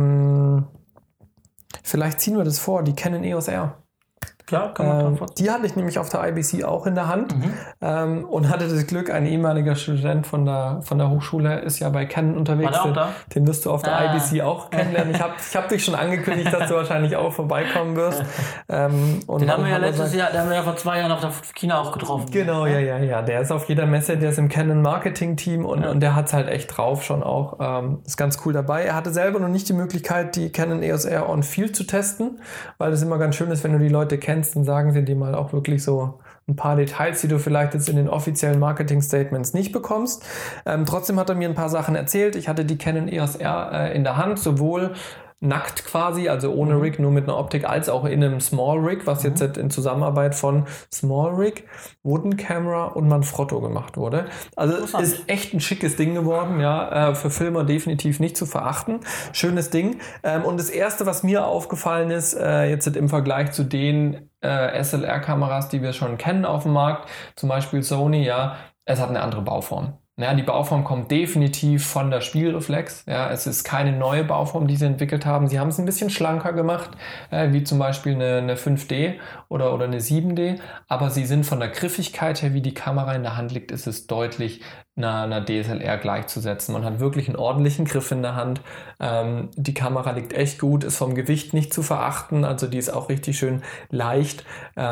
Vielleicht ziehen wir das vor, die Canon EOS R. Klar, kann man die hatte ich nämlich auf der IBC auch in der Hand und hatte das Glück, ein ehemaliger Student von der Hochschule ist ja bei Canon unterwegs. Den wirst du auf der IBC auch kennenlernen. Ich hab dich schon angekündigt, dass du wahrscheinlich auch vorbeikommen wirst. Und den haben wir ja letztes Jahr, vor 2 Jahren auf der China auch getroffen. Genau, ja. Der ist auf jeder Messe, der ist im Canon Marketing Team und der hat es halt echt drauf schon auch. Ist ganz cool dabei. Er hatte selber noch nicht die Möglichkeit, die Canon EOS R on Field zu testen, weil es immer ganz schön ist, wenn du die Leute kennst, dann sagen sie dir mal auch wirklich so ein paar Details, die du vielleicht jetzt in den offiziellen Marketing-Statements nicht bekommst. Trotzdem hat er mir ein paar Sachen erzählt. Ich hatte die Canon EOS R in der Hand, sowohl nackt quasi, also ohne Rig, nur mit einer Optik, als auch in einem Small Rig, was jetzt in Zusammenarbeit von Small Rig, Wooden Camera und Manfrotto gemacht wurde. Also ist echt ein schickes Ding geworden, ja, für Filmer definitiv nicht zu verachten. Schönes Ding. Und das erste, was mir aufgefallen ist, jetzt im Vergleich zu den SLR-Kameras, die wir schon kennen auf dem Markt, zum Beispiel Sony, ja, es hat eine andere Bauform. Ja, die Bauform kommt definitiv von der Spiegelreflex. Ja, es ist keine neue Bauform, die sie entwickelt haben. Sie haben es ein bisschen schlanker gemacht, wie zum Beispiel eine 5D oder eine 7D. Aber sie sind von der Griffigkeit her, wie die Kamera in der Hand liegt, ist es deutlich einer DSLR gleichzusetzen. Man hat wirklich einen ordentlichen Griff in der Hand. Die Kamera liegt echt gut, ist vom Gewicht nicht zu verachten. Also die ist auch richtig schön leicht.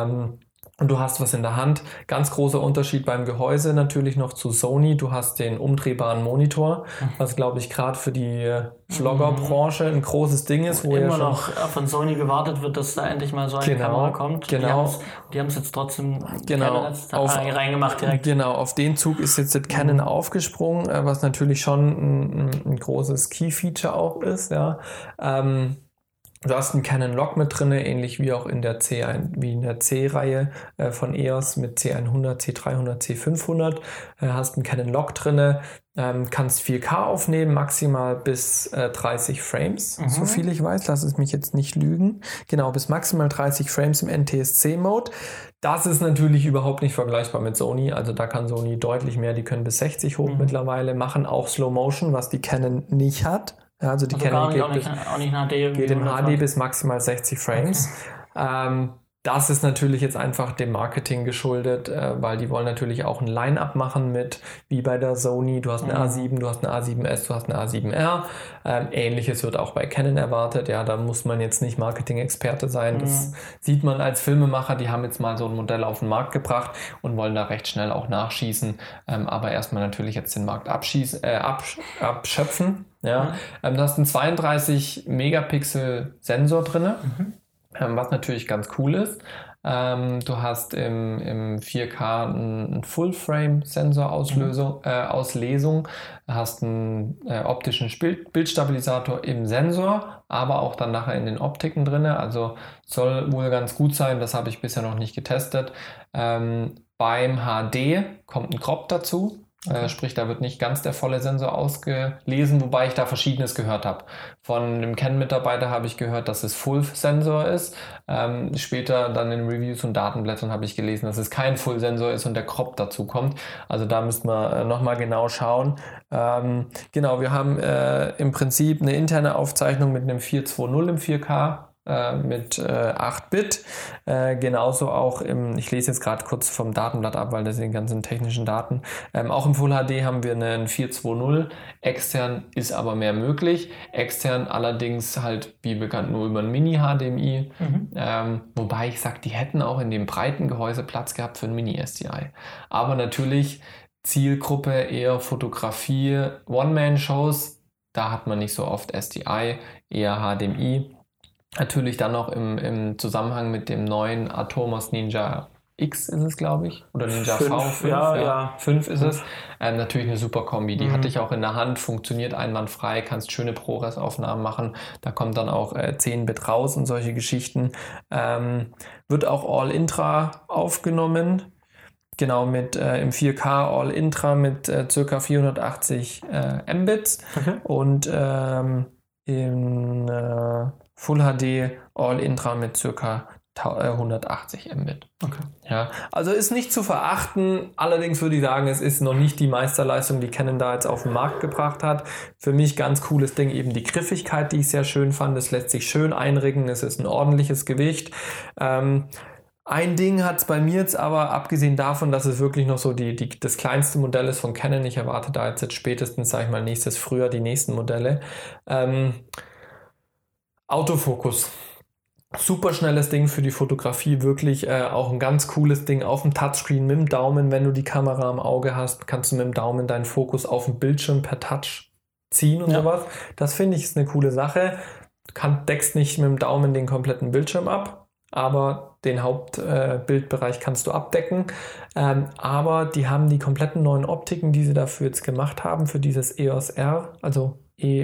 Und du hast was in der Hand. Ganz großer Unterschied beim Gehäuse natürlich noch zu Sony. Du hast den umdrehbaren Monitor, was glaube ich gerade für die Vlogger-Branche ein großes Ding ist. Wo immer noch von Sony gewartet wird, dass da endlich mal so eine Kamera kommt. Genau. Die haben es jetzt trotzdem reingemacht direkt. Genau, auf den Zug ist jetzt Canon aufgesprungen, was natürlich schon ein großes Key-Feature auch ist. Ja. Du hast einen Canon Log mit drin, ähnlich wie auch in der C-Reihe von EOS mit C100, C300, C500. Hast einen Canon Log drin, kannst 4K aufnehmen, maximal bis 30 Frames, so viel ich weiß. Lass es mich jetzt nicht lügen. Genau, bis maximal 30 Frames im NTSC-Mode. Das ist natürlich überhaupt nicht vergleichbar mit Sony. Also da kann Sony deutlich mehr. Die können bis 60 hoch mittlerweile, machen auch Slow Motion, was die Canon nicht hat. Ja, also die Canon geht in HD bis maximal 60 Frames. Das ist natürlich jetzt einfach dem Marketing geschuldet, weil die wollen natürlich auch ein Line-Up machen mit, wie bei der Sony, du hast eine A7, du hast eine A7S, du hast eine A7R. Ähnliches wird auch bei Canon erwartet. Ja, da muss man jetzt nicht Marketing-Experte sein. Das sieht man als Filmemacher, die haben jetzt mal so ein Modell auf den Markt gebracht und wollen da recht schnell auch nachschießen, aber erstmal natürlich jetzt den Markt abschöpfen. Ja. Du hast einen 32 Megapixel Sensor drin, was natürlich ganz cool ist. Du hast im 4K einen Full-Frame-Sensor-Auslesung, hast einen optischen Bildstabilisator im Sensor, aber auch dann nachher in den Optiken drin. Also soll wohl ganz gut sein, das habe ich bisher noch nicht getestet. Beim HD kommt ein Crop dazu. Sprich, da wird nicht ganz der volle Sensor ausgelesen, wobei ich da Verschiedenes gehört habe. Von einem Canon-Mitarbeiter habe ich gehört, dass es Full-Sensor ist. Später dann in Reviews und Datenblättern habe ich gelesen, dass es kein Full-Sensor ist und der Crop dazu kommt. Also da müssten wir nochmal genau schauen. Genau, wir haben im Prinzip eine interne Aufzeichnung mit einem 4:2:0 im 4K. Mit 8-Bit, genauso auch ich lese jetzt gerade kurz vom Datenblatt ab, weil das sind die ganzen technischen Daten, auch im Full HD haben wir einen 4:2:0, extern ist aber mehr möglich, extern allerdings halt wie bekannt nur über ein Mini-HDMI, wobei ich sage, die hätten auch in dem breiten Gehäuse Platz gehabt für ein Mini-SDI, aber natürlich Zielgruppe eher Fotografie, One-Man-Shows, da hat man nicht so oft SDI, eher HDMI. Natürlich dann noch im Zusammenhang mit dem neuen Atomos Ninja X ist es, glaube ich, oder Ninja 5, V5, 5 ist es. Natürlich eine super Kombi, die hatte ich auch in der Hand, funktioniert einwandfrei, kannst schöne ProRes-Aufnahmen machen, da kommt dann auch 10-Bit raus und solche Geschichten. Wird auch All-Intra aufgenommen, genau mit im 4K All-Intra mit ca. 480 Mbits und in Full HD All-Intra mit ca. 180 Mbit. Okay. Ja, also ist nicht zu verachten, allerdings würde ich sagen, es ist noch nicht die Meisterleistung, die Canon da jetzt auf den Markt gebracht hat. Für mich ganz cooles Ding, eben die Griffigkeit, die ich sehr schön fand. Es lässt sich schön einriggen, es ist ein ordentliches Gewicht. Ein Ding hat es bei mir jetzt aber, abgesehen davon, dass es wirklich noch so das kleinste Modell ist von Canon, ich erwarte da jetzt spätestens, sage ich mal, nächstes Frühjahr die nächsten Modelle. Autofokus. Super schnelles Ding für die Fotografie, wirklich auch ein ganz cooles Ding auf dem Touchscreen mit dem Daumen. Wenn du die Kamera am Auge hast, kannst du mit dem Daumen deinen Fokus auf dem Bildschirm per Touch ziehen und sowas. Das finde ich ist eine coole Sache. Du deckst nicht mit dem Daumen den kompletten Bildschirm ab, aber den Hauptbildbereich kannst du abdecken. Aber die haben die kompletten neuen Optiken, die sie dafür jetzt gemacht haben, für dieses EOS R, also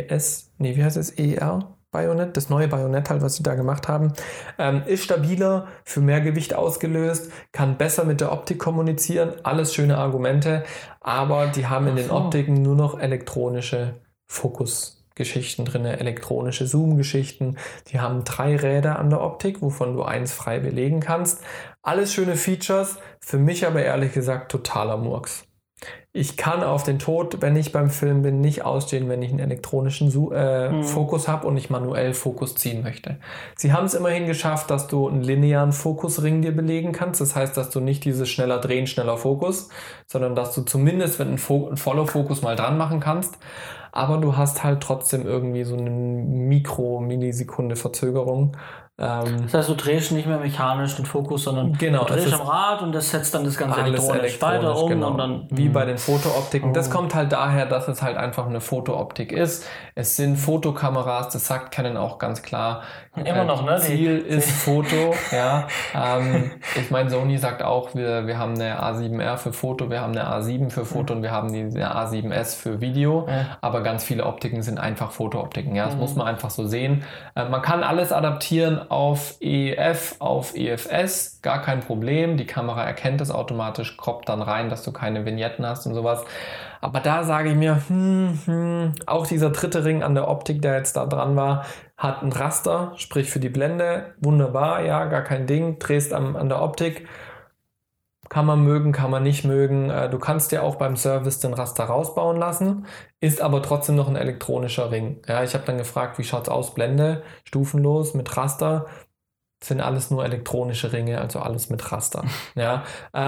ER Bayonet, das neue Bayonet halt, was sie da gemacht haben, ist stabiler, für mehr Gewicht ausgelöst, kann besser mit der Optik kommunizieren, alles schöne Argumente, aber die haben in den Optiken nur noch elektronische Fokusgeschichten drin, elektronische Zoom-Geschichten, die haben 3 Räder an der Optik, wovon du 1 frei belegen kannst, alles schöne Features, für mich aber ehrlich gesagt totaler Murks. Ich kann auf den Tod, wenn ich beim Film bin, nicht ausstehen, wenn ich einen elektronischen Fokus habe und ich manuell Fokus ziehen möchte. Sie haben es immerhin geschafft, dass du einen linearen Fokusring dir belegen kannst. Das heißt, dass du nicht dieses schneller Drehen, schneller Fokus, sondern dass du zumindest, wenn ein Follow-Fokus mal dran machen kannst, aber du hast halt trotzdem irgendwie so eine Millisekunde Verzögerung. Das heißt, du drehst nicht mehr mechanisch den Fokus, sondern du drehst am Rad und das setzt dann das Ganze elektronisch weiter um. Genau. Und dann, wie bei den Fotooptiken. Das kommt halt daher, dass es halt einfach eine Fotooptik ist. Es sind Fotokameras, das sagt Canon auch ganz klar. Immer noch, ne? Ziel ist Foto. Ja. Ich meine, Sony sagt auch, wir haben eine A7R für Foto, wir haben eine A7 für Foto und wir haben eine A7S für Video. Aber ganz viele Optiken sind einfach Fotooptiken. Ja, das muss man einfach so sehen. Man kann alles adaptieren auf EF, auf EFS, gar kein Problem. Die Kamera erkennt es automatisch, croppt dann rein, dass du keine Vignetten hast und sowas. Aber da sage ich mir, auch dieser dritte Ring an der Optik, der jetzt da dran war, hat ein Raster, sprich für die Blende. Wunderbar, ja, gar kein Ding. Drehst an der Optik. Kann man mögen, kann man nicht mögen. Du kannst dir auch beim Service den Raster rausbauen lassen, ist aber trotzdem noch ein elektronischer Ring. Ja, ich habe dann gefragt, wie schaut's aus? Blende, stufenlos, mit Raster. Das sind alles nur elektronische Ringe, also alles mit Raster. Ja,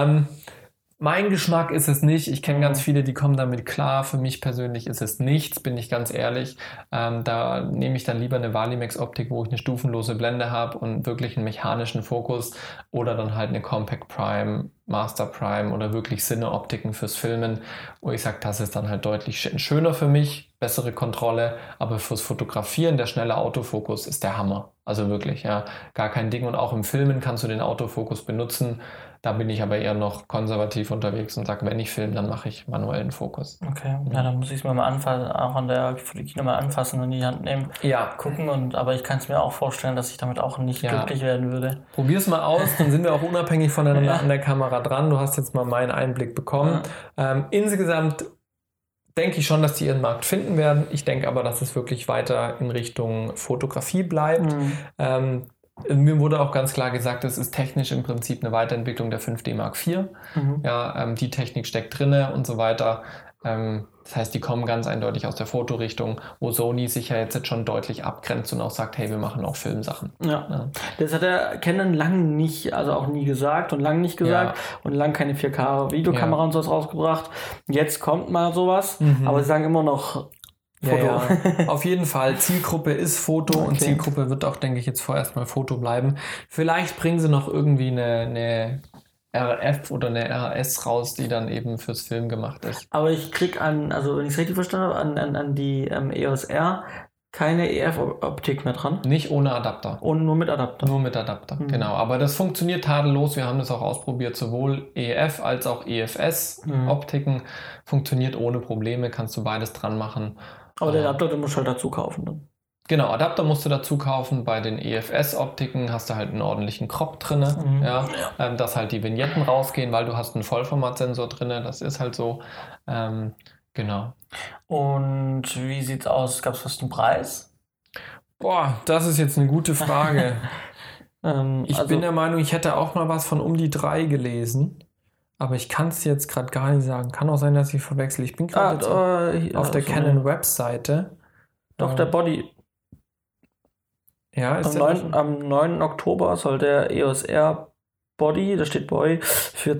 mein Geschmack ist es nicht. Ich kenne ganz viele, die kommen damit klar. Für mich persönlich ist es nichts, bin ich ganz ehrlich. Da nehme ich dann lieber eine Valimax-Optik, wo ich eine stufenlose Blende habe und wirklich einen mechanischen Fokus oder dann halt eine Compact Prime, Master Prime oder wirklich Cine-Optiken fürs Filmen, wo ich sage, das ist dann halt deutlich schöner für mich, bessere Kontrolle, aber fürs Fotografieren, der schnelle Autofokus ist der Hammer. Also wirklich, ja, gar kein Ding und auch im Filmen kannst du den Autofokus benutzen. Da bin ich aber eher noch konservativ unterwegs und sage, wenn ich filme, dann mache ich manuellen Fokus. Okay, ja, dann muss ich es mir mal anfassen, auch an der Fotokino mal anfassen und in die Hand nehmen, gucken. Aber ich kann es mir auch vorstellen, dass ich damit auch nicht glücklich werden würde. Probier's mal aus, dann sind wir auch unabhängig voneinander an der Kamera nah dran. Du hast jetzt mal meinen Einblick bekommen. Insgesamt denke ich schon, dass die ihren Markt finden werden. Ich denke aber, dass es wirklich weiter in Richtung Fotografie bleibt. Mir wurde auch ganz klar gesagt, es ist technisch im Prinzip eine Weiterentwicklung der 5D Mark IV. Ja, die Technik steckt drinne und so weiter. Das heißt, die kommen ganz eindeutig aus der Fotorichtung, wo Sony sich ja jetzt schon deutlich abgrenzt und auch sagt, hey, wir machen auch Filmsachen. Ja. Das hat der Canon lang nicht, also auch nie gesagt und lang nicht gesagt und lang keine 4K-Videokamera und sowas rausgebracht. Jetzt kommt mal sowas, aber sie sagen immer noch Foto. Ja. Auf jeden Fall, Zielgruppe ist Foto und Zielgruppe wird auch, denke ich, jetzt vorerst mal Foto bleiben. Vielleicht bringen sie noch irgendwie eine RF oder eine RS raus, die dann eben fürs Film gemacht ist. Aber ich krieg also wenn ich es richtig verstanden habe, an die EOS R keine EF-Optik mehr dran. Nicht ohne Adapter. Und nur mit Adapter. Nur mit Adapter, genau. Aber das funktioniert tadellos. Wir haben das auch ausprobiert. Sowohl EF als auch EFS-Optiken funktioniert ohne Probleme. Kannst du beides dran machen. Aber den Adapter, den musst du halt dazu kaufen dann. Genau, Adapter musst du dazu kaufen. Bei den EFS-Optiken hast du halt einen ordentlichen Crop drin, dass halt die Vignetten rausgehen, weil du hast einen Vollformatsensor drin. Das ist halt so. Genau. Und wie sieht's aus? Gab es fast einen Preis? Boah, das ist jetzt eine gute Frage. Ich bin der Meinung, ich hätte auch mal was von um die 3 gelesen. Aber ich kann es jetzt gerade gar nicht sagen. Kann auch sein, dass ich verwechsel. Ich bin gerade auf der Canon-Webseite. Doch, der Body. Ja, ist am 9. Oktober soll der EOS R Body, da steht Boy, für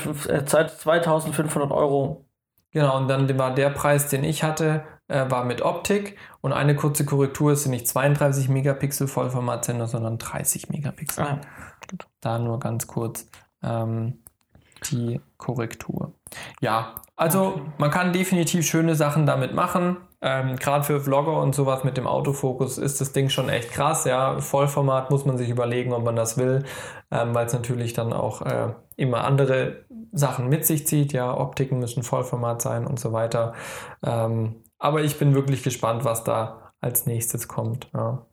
2.500 Euro. Genau, und dann war der Preis, den ich hatte, war mit Optik. Und eine kurze Korrektur, es sind nicht 32 Megapixel Vollformatsensor, sondern 30 Megapixel. Da nur ganz kurz die Korrektur. Ja, also man kann definitiv schöne Sachen damit machen. Gerade für Vlogger und sowas mit dem Autofokus ist das Ding schon echt krass. Ja, Vollformat muss man sich überlegen, ob man das will, weil es natürlich dann auch immer andere Sachen mit sich zieht. Ja, Optiken müssen Vollformat sein und so weiter. Aber ich bin wirklich gespannt, was da als nächstes kommt. Ja.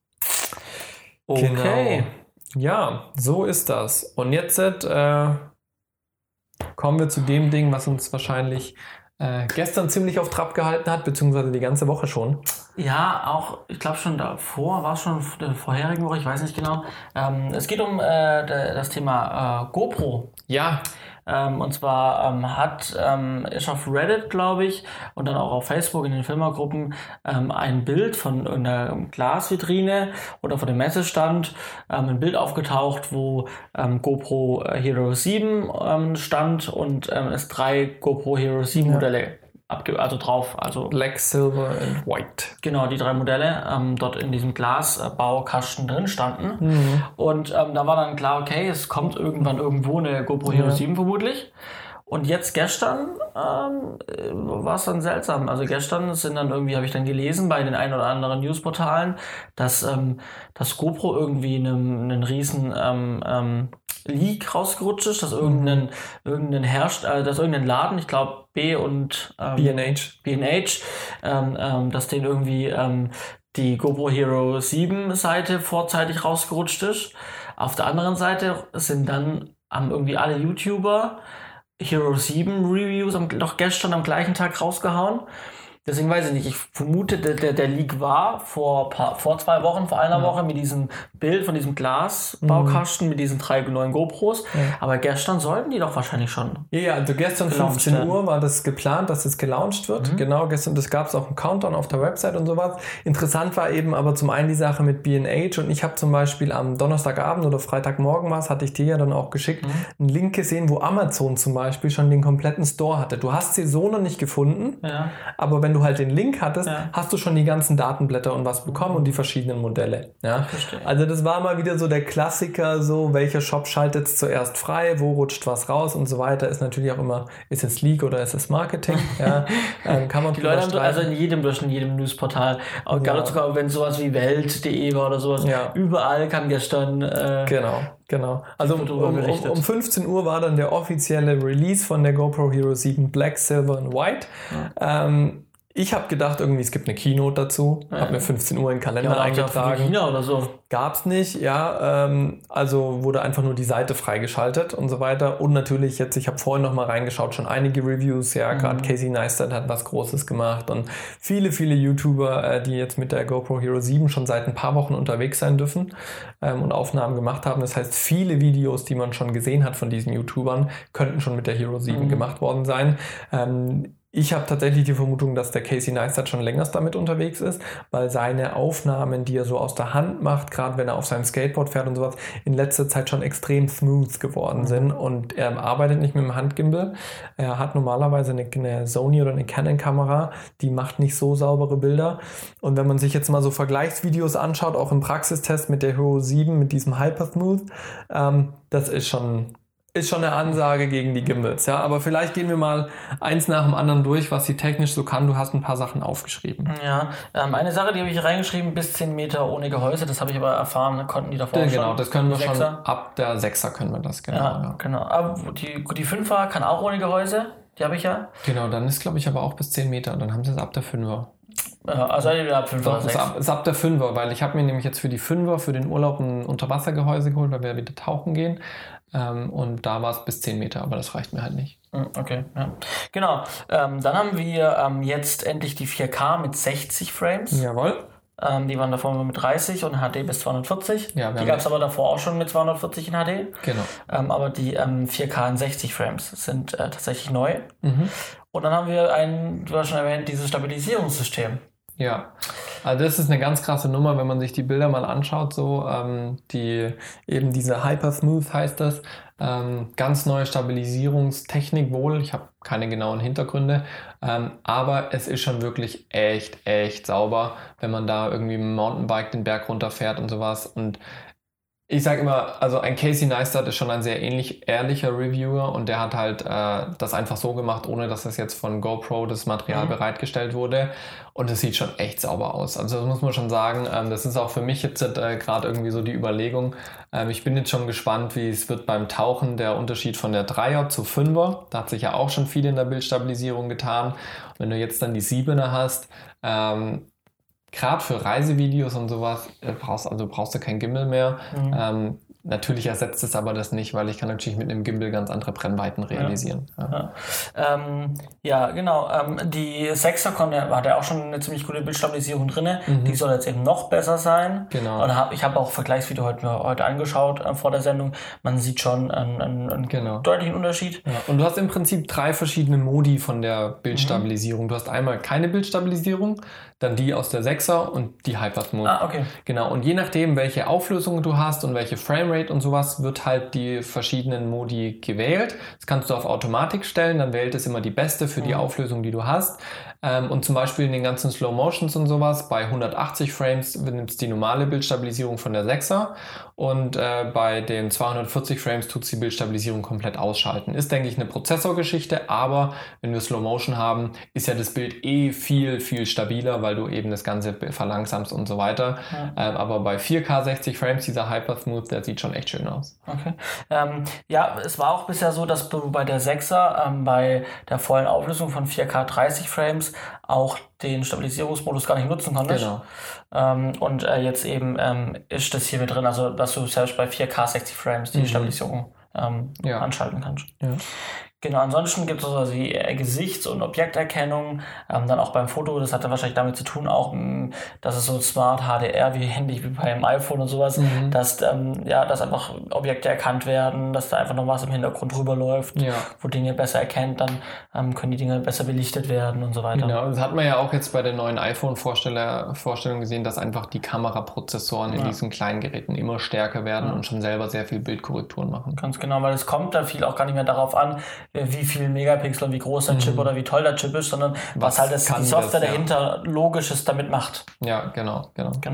Okay. Genau. Ja, so ist das. Und jetzt kommen wir zu dem Ding, was uns wahrscheinlich gestern ziemlich auf Trab gehalten hat, beziehungsweise die ganze Woche schon. Ja, auch, ich glaube schon davor, war es schon in der vorherigen Woche, ich weiß nicht genau. Es geht um das Thema GoPro. Ja. Und zwar ist auf Reddit, glaube ich, und dann auch auf Facebook in den Filmergruppen ein Bild von einer Glasvitrine oder von dem Messestand, ein Bild aufgetaucht, wo GoPro Hero 7 stand und es 3 GoPro Hero 7 Modelle drauf. Also Black, Silver and White. Genau, die 3 Modelle dort in diesem Glasbaukasten drin standen. Und da war dann klar, okay, es kommt irgendwann irgendwo eine GoPro Hero 7 vermutlich. Und jetzt gestern war es dann seltsam. Also gestern sind dann irgendwie, habe ich dann gelesen bei den ein oder anderen Newsportalen, dass GoPro irgendwie einen riesen Leak rausgerutscht ist, dass irgendein Laden, ich glaube B&H, dass denen irgendwie die GoPro Hero 7 Seite vorzeitig rausgerutscht ist. Auf der anderen Seite haben irgendwie alle YouTuber Hero 7 Reviews noch gestern am gleichen Tag rausgehauen. Deswegen weiß ich nicht, ich vermute, der Leak war vor 2 Wochen, vor einer Woche mit diesem Bild von diesem Glasbaukasten, mit diesen 3 neuen GoPros. Aber gestern sollten die doch wahrscheinlich schon. Ja, also gestern 15 Uhr war das geplant, dass es gelauncht wird. Genau, gestern, das gab es auch einen Countdown auf der Website und sowas. Interessant war eben aber zum einen die Sache mit B&H und ich habe zum Beispiel am Donnerstagabend oder Freitagmorgen hatte ich dir ja dann auch geschickt, einen Link gesehen, wo Amazon zum Beispiel schon den kompletten Store hatte. Du hast sie so noch nicht gefunden, aber wenn du halt den Link hattest, hast du schon die ganzen Datenblätter und was bekommen und die verschiedenen Modelle. Ja? Also das war mal wieder so der Klassiker, so welcher Shop schaltet es zuerst frei, wo rutscht was raus und so weiter. Ist natürlich auch immer, ist es Leak oder ist es Marketing? Ja? Kann man die Leute haben also in jedem Newsportal, auch gerade sogar wenn sowas wie Welt.de war oder sowas, überall kam gestern Genau. Also um 15 Uhr war dann der offizielle Release von der GoPro Hero 7 Black, Silver und White. Ich habe gedacht, irgendwie es gibt eine Keynote dazu. Habe mir 15 Uhr in den Kalender eingetragen. China oder so. Gab's nicht, ja. Also wurde einfach nur die Seite freigeschaltet und so weiter. Und natürlich jetzt, ich habe vorhin noch mal reingeschaut, schon einige Reviews. Ja, gerade Casey Neistat hat was Großes gemacht und viele YouTuber, die jetzt mit der GoPro Hero 7 schon seit ein paar Wochen unterwegs sein dürfen und Aufnahmen gemacht haben. Das heißt, viele Videos, die man schon gesehen hat von diesen YouTubern, könnten schon mit der Hero 7 gemacht worden sein. Ich habe tatsächlich die Vermutung, dass der Casey Neistat schon länger damit unterwegs ist, weil seine Aufnahmen, die er so aus der Hand macht, gerade wenn er auf seinem Skateboard fährt und sowas, in letzter Zeit schon extrem smooth geworden sind und er arbeitet nicht mit dem Handgimbal. Er hat normalerweise eine Sony oder eine Canon-Kamera, die macht nicht so saubere Bilder und wenn man sich jetzt mal so Vergleichsvideos anschaut, auch im Praxistest mit der Hero 7, mit diesem Hypersmooth, das ist schon eine Ansage gegen die Gimbals, ja. Aber vielleicht gehen wir mal eins nach dem anderen durch, was sie technisch so kann. Du hast ein paar Sachen aufgeschrieben. Ja, eine Sache, die habe ich hier reingeschrieben, bis 10 Meter ohne Gehäuse. Das habe ich aber erfahren, konnten die davor schon. Genau, das können wir schon, ab der 6er können wir das, genau. Ja. Genau. Aber die 5er kann auch ohne Gehäuse, die habe ich ja. Genau, dann ist, glaube ich, aber auch bis 10 Meter. Dann haben sie es ab der 5er. Also ab 5er oder 6? Ist ab der 5er, weil ich habe mir nämlich jetzt für die 5er für den Urlaub ein Unterwassergehäuse geholt, weil wir wieder tauchen gehen. Und da war es bis 10 Meter, aber das reicht mir halt nicht. Okay, ja. Genau. Dann haben wir jetzt endlich die 4K mit 60 Frames. Jawohl. Die waren davor mit 30 und HD bis 240. Ja, die gab es aber davor auch schon mit 240 in HD. Genau. Aber die 4K in 60 Frames sind tatsächlich neu. Und dann haben wir du hast schon erwähnt, dieses Stabilisierungssystem. Ja, also das ist eine ganz krasse Nummer, wenn man sich die Bilder mal anschaut, so eben diese Hypersmooth heißt das, ganz neue Stabilisierungstechnik wohl, ich habe keine genauen Hintergründe, aber es ist schon wirklich echt sauber, wenn man da irgendwie mit dem Mountainbike den Berg runterfährt und sowas und ich sage immer, also ein Casey Neistat ist schon ein sehr ehrlicher Reviewer und der hat halt das einfach so gemacht, ohne dass das jetzt von GoPro das Material bereitgestellt wurde und es sieht schon echt sauber aus. Also das muss man schon sagen, das ist auch für mich jetzt gerade irgendwie so die Überlegung. Ich bin jetzt schon gespannt, wie es wird beim Tauchen, der Unterschied von der 3er zu 5er. Da hat sich ja auch schon viel in der Bildstabilisierung getan. Und wenn du jetzt dann die 7er hast, gerade für Reisevideos und sowas brauchst du kein Gimbal mehr. Natürlich ersetzt es aber das nicht, weil ich kann natürlich mit einem Gimbal ganz andere Brennweiten realisieren. Ja, genau. Die 6er hat ja auch schon eine ziemlich gute Bildstabilisierung drin. Die soll jetzt eben noch besser sein. Genau. Und ich habe auch Vergleichsvideo heute angeschaut vor der Sendung. Man sieht schon einen deutlichen Unterschied. Ja. Und du hast im Prinzip 3 verschiedene Modi von der Bildstabilisierung. Du hast einmal keine Bildstabilisierung, dann die aus der 6er und die Hypersmooth. Okay. Genau. Und je nachdem, welche Auflösung du hast und welche Framerate und sowas, wird halt die verschiedenen Modi gewählt. Das kannst du auf Automatik stellen, dann wählt es immer die beste für die Auflösung, die du hast. Und zum Beispiel in den ganzen Slow Motions und sowas, bei 180 Frames nimmt es die normale Bildstabilisierung von der 6er und bei den 240 Frames tut es die Bildstabilisierung komplett ausschalten. Ist, denke ich, eine Prozessorgeschichte, aber wenn wir Slow Motion haben, ist ja das Bild viel stabiler, weil du eben das Ganze verlangsamst und so weiter. Aber bei 4K 60 Frames, dieser Hypersmooth, der sieht schon echt schön aus. Okay. Ja, es war auch bisher so, dass du bei der 6er bei der vollen Auflösung von 4K 30 Frames auch den Stabilisierungsmodus gar nicht nutzen konntest. Genau. Und jetzt eben ist das hier mit drin, also dass du selbst bei 4K 60 Frames die Stabilisierung anschalten kannst. Ja. Genau, ansonsten gibt es also die Gesichts- und Objekterkennung, dann auch beim Foto, das hat dann wahrscheinlich damit zu tun, auch, dass es so Smart HDR wie beim iPhone und sowas, dass einfach Objekte erkannt werden, dass da einfach noch was im Hintergrund drüber läuft, wo Dinge besser erkennt, dann können die Dinge besser belichtet werden und so weiter. Genau, das hat man ja auch jetzt bei den neuen iPhone-Vorstellungen gesehen, dass einfach die Kameraprozessoren in diesen kleinen Geräten immer stärker werden und schon selber sehr viel Bildkorrekturen machen. Ganz genau, weil es kommt da viel auch gar nicht mehr darauf an, wie viel Megapixel und wie groß der Chip oder wie toll der Chip ist, sondern was halt die Software dahinter Logisches damit macht. Ja, genau.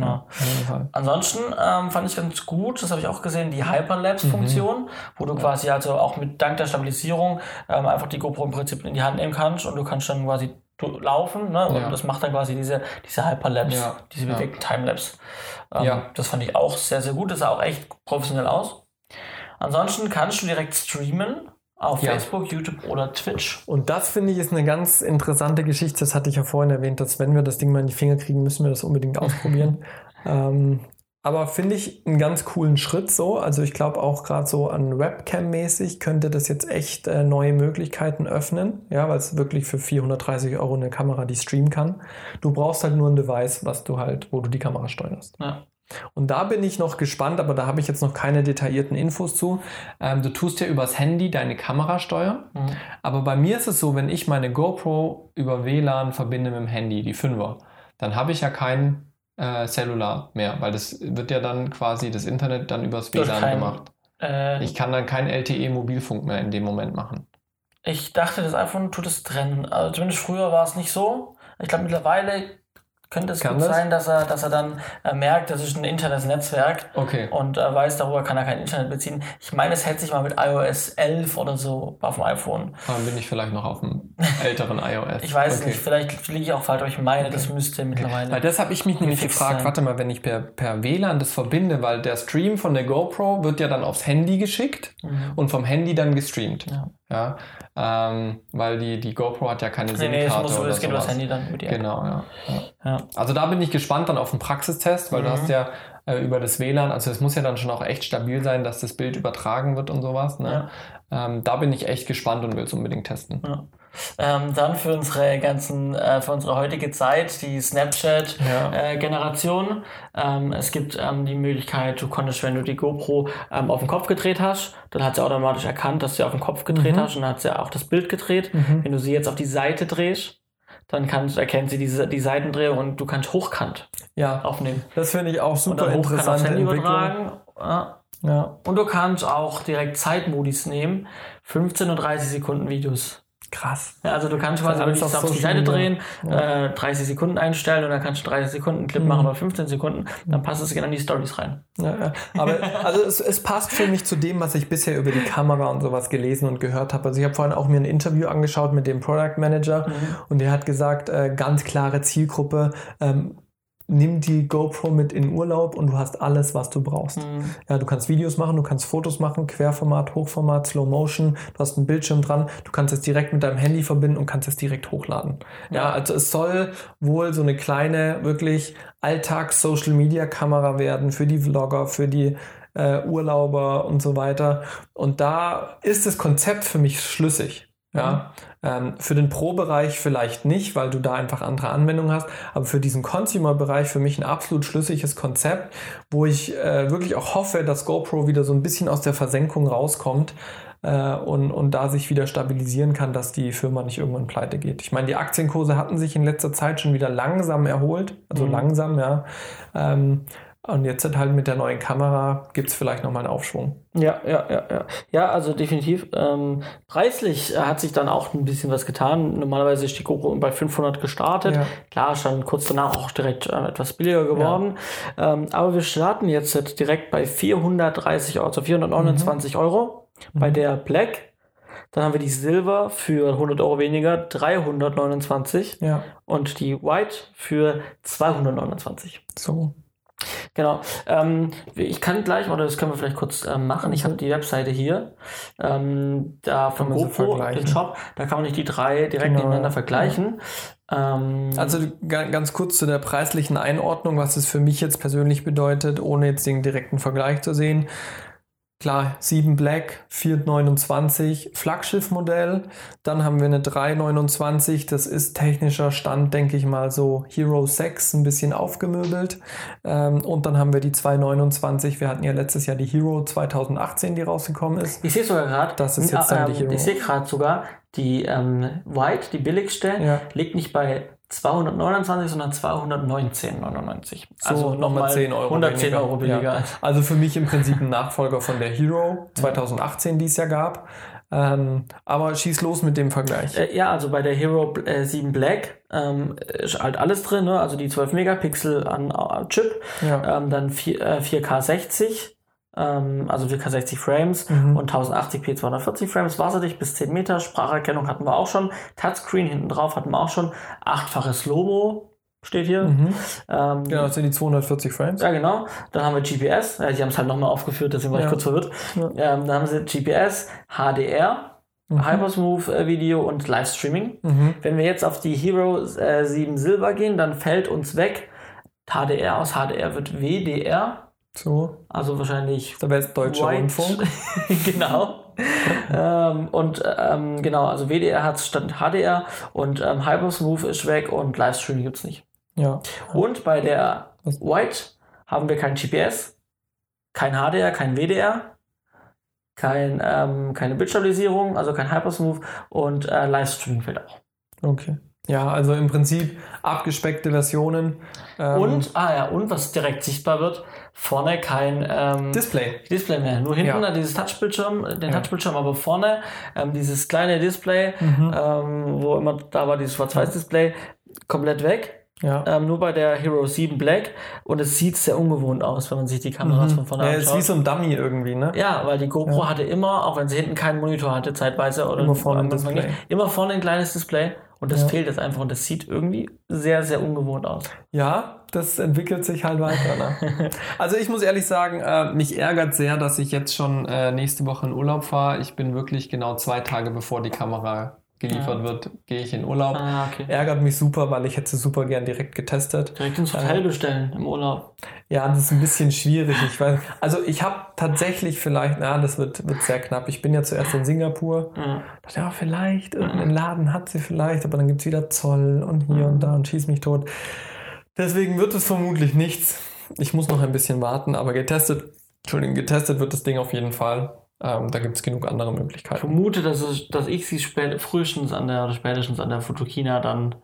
Ansonsten fand ich ganz gut, das habe ich auch gesehen, die Hyperlapse-Funktion, wo du quasi also auch dank der Stabilisierung einfach die GoPro im Prinzip in die Hand nehmen kannst und du kannst dann quasi laufen, ne? Und das macht dann quasi diese Hyperlapse, diese bewegten Timelapse. Das fand ich auch sehr, sehr gut, das sah auch echt professionell aus. Ansonsten kannst du direkt streamen. Auf Facebook, YouTube oder Twitch. Und das, finde ich, ist eine ganz interessante Geschichte. Das hatte ich ja vorhin erwähnt, dass wenn wir das Ding mal in die Finger kriegen, müssen wir das unbedingt ausprobieren. Aber finde ich einen ganz coolen Schritt so. Also ich glaube auch gerade so an Webcam-mäßig könnte das jetzt echt neue Möglichkeiten öffnen. Ja, weil es wirklich für 430 € eine Kamera, die streamen kann. Du brauchst halt nur ein Device, wo du die Kamera steuerst. Ja. Und da bin ich noch gespannt, aber da habe ich jetzt noch keine detaillierten Infos zu. Du tust ja übers Handy deine Kamera steuern, aber bei mir ist es so, wenn ich meine GoPro über WLAN verbinde mit dem Handy, die 5er, dann habe ich ja kein Cellular mehr, weil das wird ja dann quasi das Internet dann übers WLAN gemacht. Ich kann dann kein LTE-Mobilfunk mehr in dem Moment machen. Ich dachte, das iPhone tut es trennen. Also zumindest früher war es nicht so. Ich glaube, mittlerweile könnte es gut sein, dass er dann merkt, das ist ein Internetnetzwerk und weiß, darüber kann er kein Internet beziehen. Ich meine, es hätte sich mal mit iOS 11 oder so auf dem iPhone. Dann bin ich vielleicht noch auf dem älteren iOS. Ich weiß nicht, vielleicht liege ich auch falsch, aber ich meine, das müsste mittlerweile. Weil das habe ich mich nämlich gefragt, warte mal, wenn ich per WLAN das verbinde, weil der Stream von der GoPro wird ja dann aufs Handy geschickt und vom Handy dann gestreamt. Ja, weil die GoPro hat ja keine SIM-Karte oder das geht übers Handy dann über die App. Genau, ja. Also da bin ich gespannt dann auf den Praxistest, weil du hast ja über das WLAN, also es muss ja dann schon auch echt stabil sein, dass das Bild übertragen wird und sowas. Ne? Da bin ich echt gespannt und will es unbedingt testen. Ja. Dann für unsere heutige Zeit, die Snapchat-Generation. Es gibt die Möglichkeit, du konntest, wenn du die GoPro auf den Kopf gedreht hast, dann hat sie automatisch erkannt, dass du auf den Kopf gedreht hast und dann hat sie auch das Bild gedreht. Wenn du sie jetzt auf die Seite drehst, dann erkennt sie die Seitendrehung und du kannst hochkant aufnehmen. Das finde ich auch super interessante Entwicklung. Ja. Und du kannst auch direkt Zeitmodis nehmen. 15 und 30 Sekunden Videos. Krass. Ja, also du kannst quasi auf die Seite drehen, 30 Sekunden einstellen und dann kannst du 30 Sekunden Clip machen oder 15 Sekunden, dann passt es genau in die Stories rein. Ja. Aber also es passt für mich zu dem, was ich bisher über die Kamera und sowas gelesen und gehört habe. Also ich habe vorhin auch mir ein Interview angeschaut mit dem Product Manager und der hat gesagt, ganz klare Zielgruppe, nimm die GoPro mit in Urlaub und du hast alles, was du brauchst. Ja, du kannst Videos machen, du kannst Fotos machen, Querformat, Hochformat, Slow Motion, du hast einen Bildschirm dran, du kannst es direkt mit deinem Handy verbinden und kannst es direkt hochladen. Ja, also es soll wohl so eine kleine, wirklich Alltags-Social-Media-Kamera werden für die Vlogger, für die Urlauber und so weiter. Und da ist das Konzept für mich schlüssig. Ja, für den Pro-Bereich vielleicht nicht, weil du da einfach andere Anwendungen hast, aber für diesen Consumer-Bereich für mich ein absolut schlüssiges Konzept, wo ich wirklich auch hoffe, dass GoPro wieder so ein bisschen aus der Versenkung rauskommt und da sich wieder stabilisieren kann, dass die Firma nicht irgendwann pleite geht. Ich meine, die Aktienkurse hatten sich in letzter Zeit schon wieder langsam erholt, also langsam, ja. Und jetzt halt mit der neuen Kamera gibt es vielleicht nochmal einen Aufschwung. Ja, also definitiv. Preislich hat sich dann auch ein bisschen was getan. Normalerweise ist die GoPro bei 500 gestartet. Ja. Klar, schon kurz danach auch direkt etwas billiger geworden. Ja. Aber wir starten jetzt direkt bei 430 €, also 429 € bei der Black. Dann haben wir die Silver für 100 € weniger, 329. Ja. Und die White für 229. So. Genau. Ich kann gleich, oder das können wir vielleicht kurz machen. Ich habe die Webseite hier. Da von GoPro, den Shop, da kann man nicht die drei direkt nebeneinander vergleichen. Also ganz kurz zu der preislichen Einordnung, was es für mich jetzt persönlich bedeutet, ohne jetzt den direkten Vergleich zu sehen. Klar, 7 Black, 429 Flaggschiff-Modell. Dann haben wir eine 329, das ist technischer Stand, denke ich mal, so Hero 6, ein bisschen aufgemöbelt. Und dann haben wir die 229, wir hatten ja letztes Jahr die Hero 2018, die rausgekommen ist. Ich sehe sogar gerade, das ist jetzt dann die Hero. Ich sehe gerade sogar, die White, die billigste, liegt nicht bei 229, sondern 219,99. Also nochmal 10 € 110 € billiger. Ja. Also für mich im Prinzip ein Nachfolger von der Hero 2018, die es ja gab. Aber schieß los mit dem Vergleich. Also bei der Hero 7 Black ist halt alles drin, ne? Also die 12 Megapixel an Chip, dann 4K 60. Also 4K 60 Frames und 1080p 240 Frames, wasserdicht bis 10 Meter, Spracherkennung hatten wir auch schon, Touchscreen hinten drauf hatten wir auch schon, 8-fache Slow-Mo steht hier. Genau, das sind die 240 Frames. Ja, genau. Dann haben wir GPS, die haben es halt nochmal aufgeführt, deswegen war ich kurz verwirrt. Dann haben sie GPS, HDR, Hypersmooth-Video und Livestreaming. Wenn wir jetzt auf die Hero 7 Silver gehen, dann fällt uns weg HDR. Aus HDR wird WDR. So. Also wahrscheinlich der Westdeutsche Rundfunk. Genau. Genau, also WDR hat statt HDR und Hypersmooth ist weg und Livestreaming gibt es nicht. Ja. Und bei der White haben wir kein GPS, kein HDR, kein WDR, keine Bildstabilisierung, also kein Hypersmooth und Livestreaming fehlt auch. Okay. Ja, also im Prinzip abgespeckte Versionen. Und was direkt sichtbar wird, vorne kein Display mehr. Nur hinten dieses Touchbildschirm, Touchbildschirm, aber vorne dieses kleine Display, wo immer da war dieses Schwarz-Weiß-Display, komplett weg. Ja. Nur bei der Hero 7 Black und es sieht sehr ungewohnt aus, wenn man sich die Kameras von vorne anschaut. Ja, ist wie so ein Dummy irgendwie, ne? Ja, weil die GoPro hatte immer, auch wenn sie hinten keinen Monitor hatte, zeitweise oder immer vorne ein Display. Immer vorne ein kleines Display und das fehlt jetzt einfach und das sieht irgendwie sehr, sehr ungewohnt aus. Ja, das entwickelt sich halt weiter. Ne? Also ich muss ehrlich sagen, mich ärgert sehr, dass ich jetzt schon nächste Woche in Urlaub fahre. Ich bin wirklich genau 2 Tage bevor die Kamera geliefert wird, gehe ich in Urlaub. Okay. Ärgert mich super, weil ich hätte sie super gern direkt getestet. Direkt ins Hotel bestellen im Urlaub. Ja, das ist ein bisschen schwierig. Ich weiß, also ich habe tatsächlich vielleicht, das wird sehr knapp. Ich bin ja zuerst in Singapur. Dachte, vielleicht, irgendeinen Laden hat sie vielleicht, aber dann gibt es wieder Zoll und hier und da und schieß mich tot. Deswegen wird es vermutlich nichts. Ich muss noch ein bisschen warten, aber getestet wird das Ding auf jeden Fall. Da gibt es genug andere Möglichkeiten. Ich vermute, dass ich sie spätestens an der Fotokina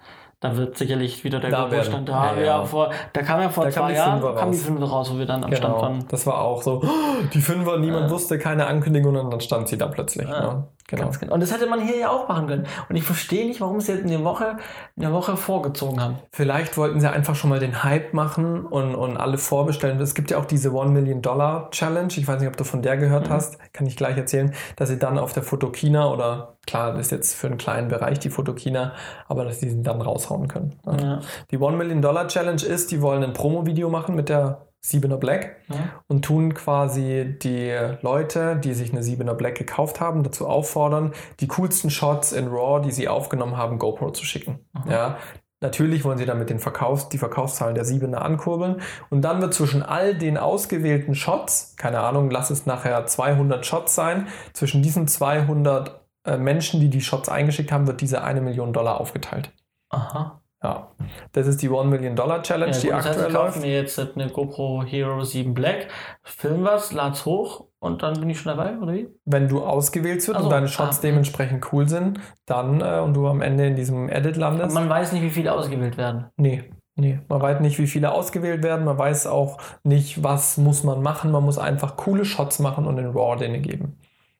da wird sicherlich wieder der GoPro-Stand da. Da kam ja vor 2 Jahren die 5er raus, wo wir dann am Stand waren. Das war auch so, die 5er, niemand wusste, keine Ankündigung und dann stand sie da plötzlich. Ne? Genau. Ganz genau. Und das hätte man hier ja auch machen können. Und ich verstehe nicht, warum sie jetzt in der Woche vorgezogen haben. Vielleicht wollten sie einfach schon mal den Hype machen und alle vorbestellen. Es gibt ja auch diese $1 Million Challenge. Ich weiß nicht, ob du von der gehört hast. Kann ich gleich erzählen, dass sie dann auf der Fotokina oder klar, das ist jetzt für einen kleinen Bereich die Fotokina, aber dass die dann raushauen können. Ja. Die $1 Million Challenge ist, die wollen ein Promo-Video machen mit der 7er Black und tun quasi die Leute, die sich eine 7er Black gekauft haben, dazu auffordern, die coolsten Shots in RAW, die sie aufgenommen haben, GoPro zu schicken. Ja, natürlich wollen sie damit die Verkaufszahlen der 7er ankurbeln und dann wird zwischen all den ausgewählten Shots, keine Ahnung, lass es nachher 200 Shots sein, zwischen diesen 200 Menschen, die die Shots eingeschickt haben, wird diese $1 Million aufgeteilt. Aha. Ja, das ist die $1 Million Challenge, die aktuell läuft. Ich kaufe mir jetzt eine GoPro Hero 7 Black, film was, lad's hoch und dann bin ich schon dabei, oder wie? Wenn du ausgewählt wirst und deine Shots dementsprechend cool sind, dann und du am Ende in diesem Edit landest. Aber man weiß nicht, wie viele ausgewählt werden. Nee, man weiß nicht, wie viele ausgewählt werden, man weiß auch nicht, was muss man machen, man muss einfach coole Shots machen und in RAW denen geben.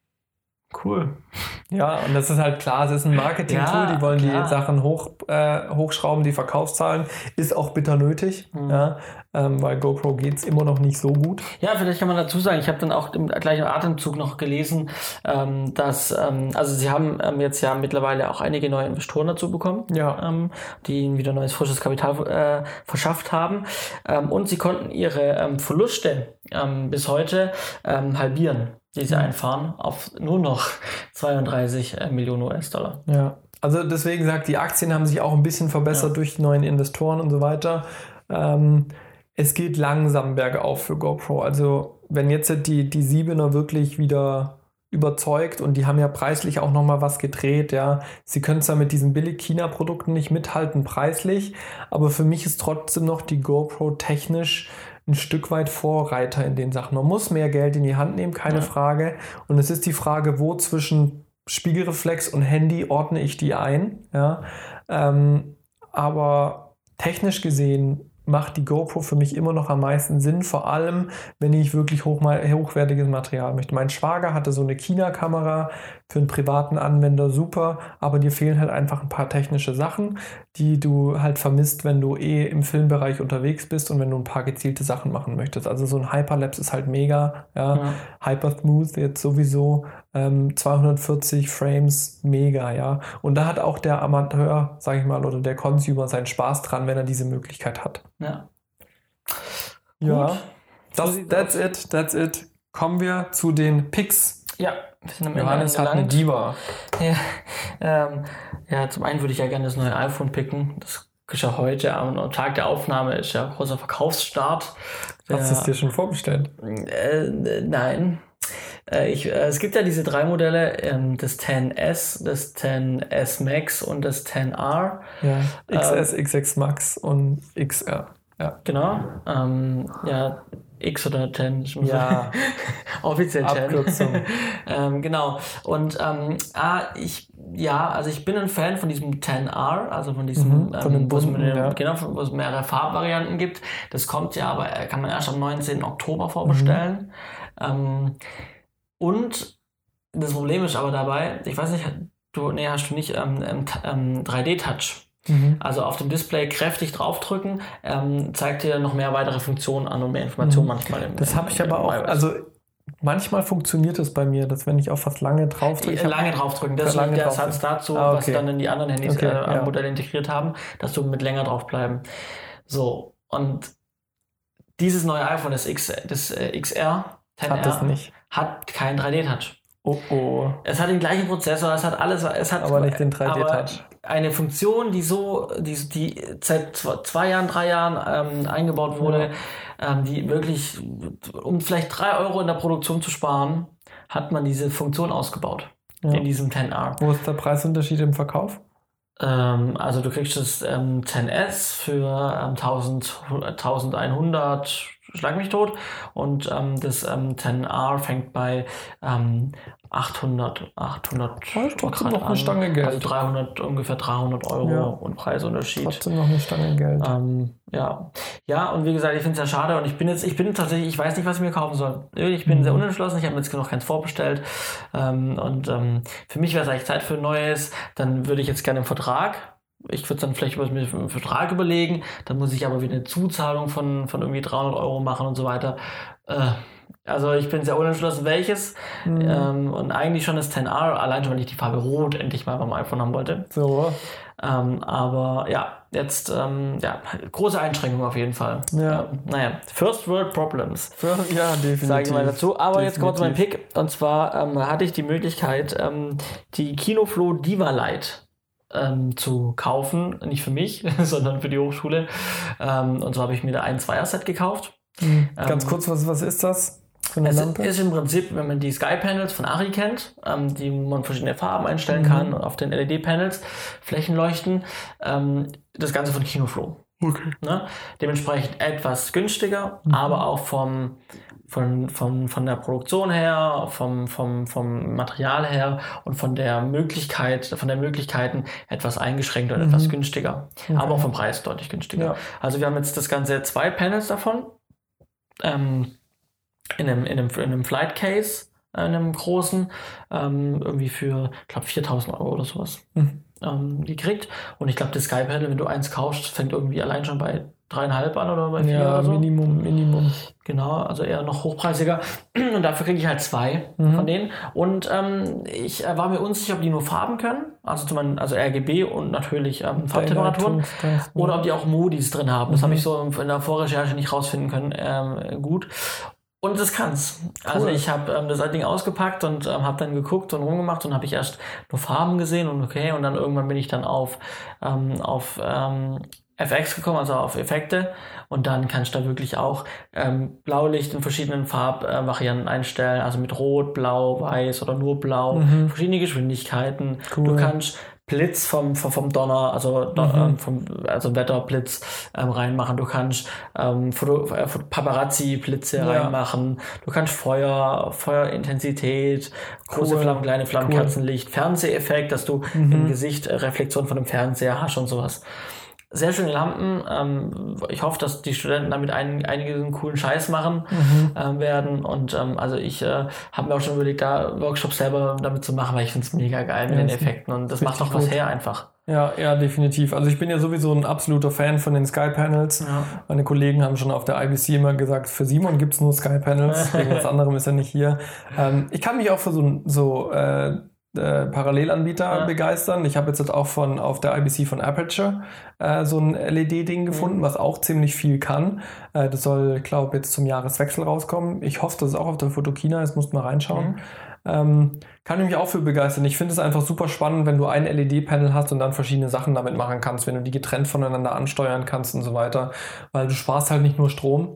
Cool. Ja, und das ist halt klar, es ist ein Marketing-Tool, die wollen die Sachen hochschrauben, die Verkaufszahlen, ist auch bitter nötig, weil GoPro geht es immer noch nicht so gut. Ja, vielleicht kann man dazu sagen, ich habe dann auch im gleichen Atemzug noch gelesen, dass, also sie haben jetzt ja mittlerweile auch einige neue Investoren dazu bekommen, die ihnen wieder neues, frisches Kapital verschafft haben und sie konnten ihre Verluste bis heute halbieren, die sie einfahren, auf nur noch 32 Millionen US-Dollar. Ja, also deswegen sagt, die Aktien haben sich auch ein bisschen verbessert durch die neuen Investoren und so weiter. Es geht langsam bergauf für GoPro. Also wenn jetzt die 7er wirklich wieder überzeugt und die haben ja preislich auch nochmal was gedreht, sie können zwar mit diesen Billig-China-Produkten nicht mithalten preislich, aber für mich ist trotzdem noch die GoPro technisch ein Stück weit Vorreiter in den Sachen. Man muss mehr Geld in die Hand nehmen, keine Frage. Und es ist die Frage, wo zwischen Spiegelreflex und Handy ordne ich die ein. Ja? Aber technisch gesehen macht die GoPro für mich immer noch am meisten Sinn, vor allem, wenn ich wirklich hochwertiges Material möchte. Mein Schwager hatte so eine China-Kamera für einen privaten Anwender, super, aber dir fehlen halt einfach ein paar technische Sachen, die du halt vermisst, wenn du im Filmbereich unterwegs bist und wenn du ein paar gezielte Sachen machen möchtest. Also so ein Hyperlapse ist halt mega, Hypersmooth jetzt sowieso, 240 Frames, mega, und da hat auch der Amateur, sag ich mal, oder der Consumer seinen Spaß dran, wenn er diese Möglichkeit hat. Ja, that's it. Kommen wir zu den Picks. Ja, Johannes hat eine Diva. Ja, zum einen würde ich ja gerne das neue iPhone picken. Das ist ja heute am Tag der Aufnahme, ist ja großer Verkaufsstart. Hast du es dir schon vorbestellt? Nein. Es gibt ja diese 3 Modelle, das XS, das XS Max und das XR. Ja, XS, XX Max und XR. Ja. Genau. X oder 10. Ja. Offiziell 10. Abkürzung. Genau. Und ich bin ein Fan von diesem 10R, also von diesem, von dem bunten, wo es mehrere Farbvarianten gibt. Das kommt ja, aber kann man erst am 19. Oktober vorbestellen. Und das Problem ist aber dabei, ich weiß nicht, hast du nicht 3D-Touch. Also auf dem Display kräftig draufdrücken, zeigt dir noch mehr weitere Funktionen an und mehr Informationen manchmal. Das habe ich aber auch, also manchmal funktioniert es bei mir, dass wenn ich auf was lange draufdrücke. Lange draufdrücken, das ist der Satz dazu, was dann in die anderen Handys Modelle integriert haben, dass du mit länger drauf bleiben. So, und dieses neue iPhone, das XR, hat das nicht. Hat keinen 3D-Touch. Oh. Es hat den gleichen Prozessor, es hat alles, aber nicht den 3D-Touch. Eine Funktion, die seit 2 Jahren, 3 Jahren eingebaut wurde, die wirklich, um vielleicht 3 Euro in der Produktion zu sparen, hat man diese Funktion ausgebaut in diesem 10R. Wo ist der Preisunterschied im Verkauf? Also du kriegst das 10S für 1100, schlag mich tot, und das 10R fängt bei 800 trotzdem noch eine Stange Geld. Also ungefähr 300 Euro und Preisunterschied. Trotzdem noch eine Stange Geld. Ja, und wie gesagt, ich finde es ja schade, und ich bin tatsächlich, ich weiß nicht, was ich mir kaufen soll. Ich bin sehr unentschlossen, ich habe mir jetzt noch keins vorbestellt, und für mich wäre es eigentlich Zeit für ein neues. Dann würde ich jetzt gerne einen Vertrag. Ich würde dann vielleicht mir einen Vertrag überlegen, dann muss ich aber wieder eine Zuzahlung von irgendwie 300 Euro machen und so weiter. Also ich bin sehr unentschlossen, welches. Und eigentlich schon das 10R, allein schon, weil ich die Farbe Rot endlich mal beim iPhone haben wollte. So. Aber ja, jetzt große Einschränkungen auf jeden Fall. Ja. First World Problems. Ja, definitiv. Sage ich mal dazu. Aber jetzt kommt mein Pick. Und zwar hatte ich die Möglichkeit, die Kinoflo Diva Lite zu kaufen. Nicht für mich, sondern für die Hochschule. Und so habe ich mir da ein 2er-Set gekauft. Ganz kurz, was ist das? Es ist im Prinzip, wenn man die Sky-Panels von Arri kennt, die man verschiedene Farben einstellen kann und auf den LED-Panels Flächen leuchten, das Ganze von Kinoflo. Okay. Ne? Dementsprechend etwas günstiger, aber auch von der Produktion her, vom Material her und von den Möglichkeiten etwas eingeschränkt und etwas günstiger. Okay. Aber auch vom Preis deutlich günstiger. Ja. Also wir haben jetzt das Ganze 2 Panels davon. In einem Flight Case, einem großen, irgendwie für, ich glaube, 4.000 Euro oder sowas gekriegt. Und ich glaube, das Sky Panel, wenn du eins kaufst, fängt irgendwie allein schon bei 3,5 an oder bei 4 oder so. Minimum. Genau, also eher noch hochpreisiger. Und dafür kriege ich halt 2 von denen. Und ich war mir unsicher, ob die nur Farben können, also RGB und natürlich Farbtemperaturen, oder ob die auch Modis drin haben. Das habe ich so in der Vorrecherche nicht rausfinden können. Gut. Und das kann's. Cool. Also ich habe das Ding ausgepackt und habe dann geguckt und rumgemacht und habe ich erst nur Farben gesehen und okay, und dann irgendwann bin ich dann auf FX gekommen, also auf Effekte, und dann kannst du da wirklich auch Blaulicht in verschiedenen Farbvarianten einstellen, also mit Rot, Blau, Weiß oder nur Blau, verschiedene Geschwindigkeiten. Cool. Du kannst Blitz vom Donner, also Wetterblitz reinmachen. Du kannst Paparazzi-Blitze reinmachen. Du kannst Feuerintensität, große Flammen, kleine Flammen, Kerzenlicht, Fernseheffekt, dass du im Gesicht Reflexion von dem Fernseher hast und sowas. Sehr schöne Lampen. Ich hoffe, dass die Studenten damit einigen coolen Scheiß machen werden. Und also ich habe mir auch schon überlegt, da Workshops selber damit zu machen, weil ich finde es mega geil mit den Effekten. Und das macht auch was her einfach. Ja, definitiv. Also ich bin ja sowieso ein absoluter Fan von den Sky-Panels. Ja. Meine Kollegen haben schon auf der IBC immer gesagt, für Simon gibt es nur Sky-Panels. Wegen was anderem ist er nicht hier. Ich kann mich auch für so Parallelanbieter begeistern. Ich habe jetzt auch auf der IBC von Aperture so ein LED-Ding gefunden, was auch ziemlich viel kann. Das soll, glaube ich, jetzt zum Jahreswechsel rauskommen. Ich hoffe, dass es auch auf der Photokina ist, musst mal reinschauen. Kann ich mich auch für begeistern. Ich finde es einfach super spannend, wenn du ein LED-Panel hast und dann verschiedene Sachen damit machen kannst, wenn du die getrennt voneinander ansteuern kannst und so weiter, weil du sparst halt nicht nur Strom,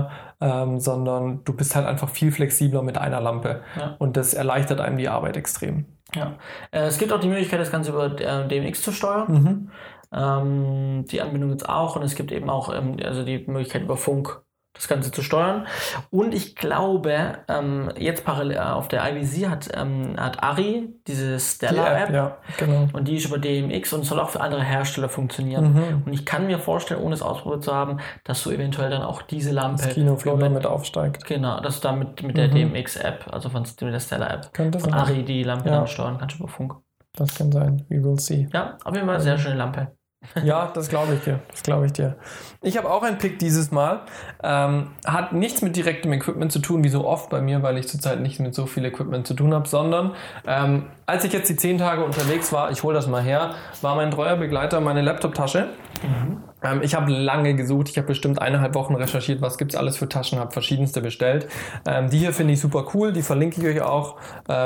sondern du bist halt einfach viel flexibler mit einer Lampe und das erleichtert einem die Arbeit extrem. Ja. Es gibt auch die Möglichkeit, das Ganze über DMX zu steuern. Die Anbindung jetzt auch, und es gibt eben auch also die Möglichkeit über Funk das Ganze zu steuern. Und ich glaube, jetzt parallel auf der IBC hat Arri diese Stellar-App, ja, genau. Und die ist über DMX und soll auch für andere Hersteller funktionieren. Und ich kann mir vorstellen, ohne es ausprobiert zu haben, dass du eventuell dann auch diese Lampe das Kinoflow damit aufsteigt. Genau, dass du damit mit der DMX-App, also mit der Stellar-App von Arri die Lampe dann steuern kannst über Funk. Das kann sein. We will see. Ja, auf jeden Fall sehr schöne Lampe. Ja, das glaube ich dir. Ich habe auch einen Pick dieses Mal. Hat nichts mit direktem Equipment zu tun, wie so oft bei mir, weil ich zurzeit nicht mit so viel Equipment zu tun habe, sondern als ich jetzt die 10 Tage unterwegs war, ich hole das mal her, war mein treuer Begleiter meine Laptop-Tasche. Ich habe lange gesucht, ich habe bestimmt 1,5 Wochen recherchiert, was gibt's alles für Taschen, habe verschiedenste bestellt. Die hier finde ich super cool, die verlinke ich euch auch.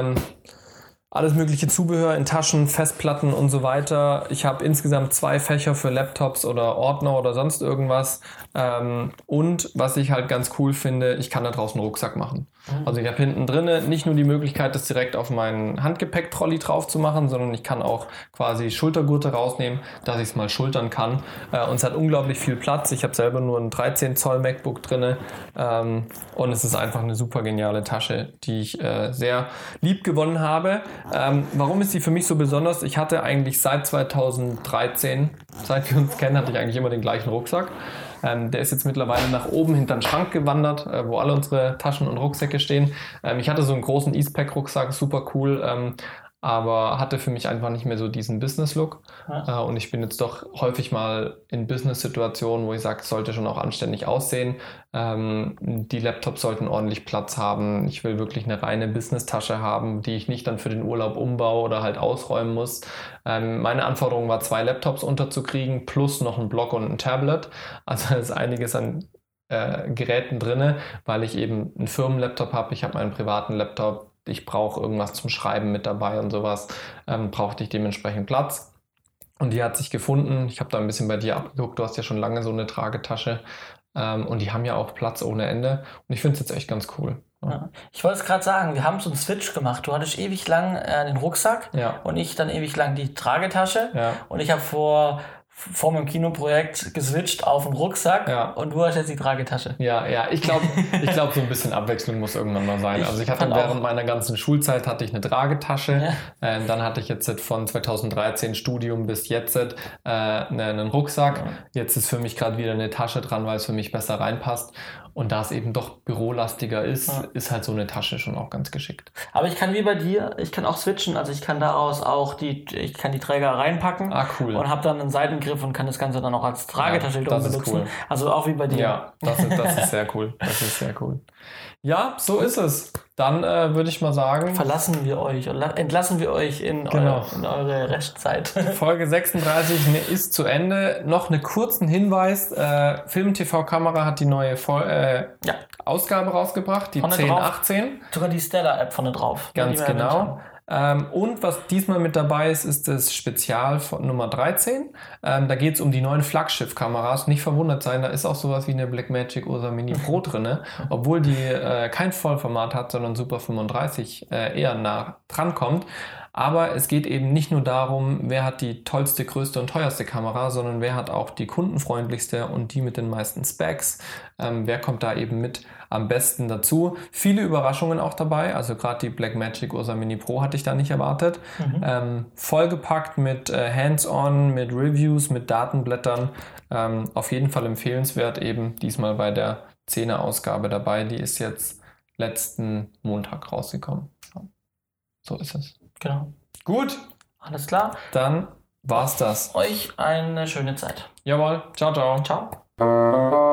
Alles mögliche Zubehör in Taschen, Festplatten und so weiter. Ich habe insgesamt 2 Fächer für Laptops oder Ordner oder sonst irgendwas. Und was ich halt ganz cool finde, ich kann da draußen einen Rucksack machen. Also ich habe hinten drinne nicht nur die Möglichkeit, das direkt auf meinen Handgepäck-Trolley drauf zu machen, sondern ich kann auch quasi Schultergurte rausnehmen, dass ich es mal schultern kann. Und es hat unglaublich viel Platz. Ich habe selber nur ein 13 Zoll MacBook drinne. Und es ist einfach eine super geniale Tasche, die ich sehr lieb gewonnen habe. Warum ist die für mich so besonders? Ich hatte eigentlich seit 2013, seit wir uns kennen, hatte ich eigentlich immer den gleichen Rucksack. Der ist jetzt mittlerweile nach oben hinter den Schrank gewandert, wo alle unsere Taschen und Rucksäcke stehen. Ich hatte so einen großen Eastpak-Rucksack, super cool, aber hatte für mich einfach nicht mehr so diesen Business-Look. Ja. Und ich bin jetzt doch häufig mal in Business-Situationen, wo ich sage, es sollte schon auch anständig aussehen. Die Laptops sollten ordentlich Platz haben. Ich will wirklich eine reine Business-Tasche haben, die ich nicht dann für den Urlaub umbaue oder halt ausräumen muss. Meine Anforderung war, 2 Laptops unterzukriegen, plus noch ein Block und ein Tablet. Also da ist einiges an Geräten drinne, weil ich eben einen Firmenlaptop habe. Ich habe meinen privaten Laptop. Ich brauche irgendwas zum Schreiben mit dabei und sowas, brauchte ich dementsprechend Platz. Und die hat sich gefunden. Ich habe da ein bisschen bei dir abgeguckt. Du hast ja schon lange so eine Tragetasche. Und die haben ja auch Platz ohne Ende. Und ich finde es jetzt echt ganz cool. Ja. Ich wollte es gerade sagen, wir haben so einen Switch gemacht. Du hattest ewig lang den Rucksack und ich dann ewig lang die Tragetasche. Ja. Und ich habe vor meinem Kinoprojekt geswitcht auf den Rucksack und du hast jetzt die Tragetasche. Ja, ich glaube, so ein bisschen Abwechslung muss irgendwann mal sein. Also ich hatte während meiner ganzen Schulzeit hatte ich eine Tragetasche. Ja. Dann hatte ich jetzt von 2013 Studium bis jetzt einen Rucksack. Ja. Jetzt ist für mich gerade wieder eine Tasche dran, weil es für mich besser reinpasst. Und da es eben doch bürolastiger ist, ist halt so eine Tasche schon auch ganz geschickt. Aber ich kann wie bei dir, ich kann auch switchen, also ich kann daraus auch die Träger reinpacken. Cool. Und habe dann einen Seitengriff und kann das Ganze dann auch als Tragetasche benutzen. Cool. Also auch wie bei dir. Ja, das ist sehr cool. Das ist sehr cool. Ja, so ist es. Dann würde ich mal sagen... Verlassen wir euch und entlassen wir euch in eure Restzeit. Folge 36 ist zu Ende. Noch einen kurzen Hinweis. Film-TV-Kamera hat die neue Ausgabe rausgebracht, die 1018. Sogar die Stellar-App vorne drauf. Ganz genau. Und was diesmal mit dabei ist, ist das Spezial von Nummer 13. Da geht es um die neuen Flaggschiff-Kameras. Nicht verwundert sein, da ist auch sowas wie eine Blackmagic Ursa Mini Pro drin, obwohl die kein Vollformat hat, sondern Super 35 eher nah dran kommt. Aber es geht eben nicht nur darum, wer hat die tollste, größte und teuerste Kamera, sondern wer hat auch die kundenfreundlichste und die mit den meisten Specs. Wer kommt da eben mit am besten dazu? Viele Überraschungen auch dabei. Also gerade die Blackmagic Ursa Mini Pro hatte ich da nicht erwartet. Vollgepackt mit Hands-on, mit Reviews, mit Datenblättern. Auf jeden Fall empfehlenswert, eben diesmal bei der 10er Ausgabe dabei. Die ist jetzt letzten Montag rausgekommen. So ist es. Genau. Gut. Alles klar. Dann war's das. Euch eine schöne Zeit. Jawohl. Ciao, ciao. Ciao.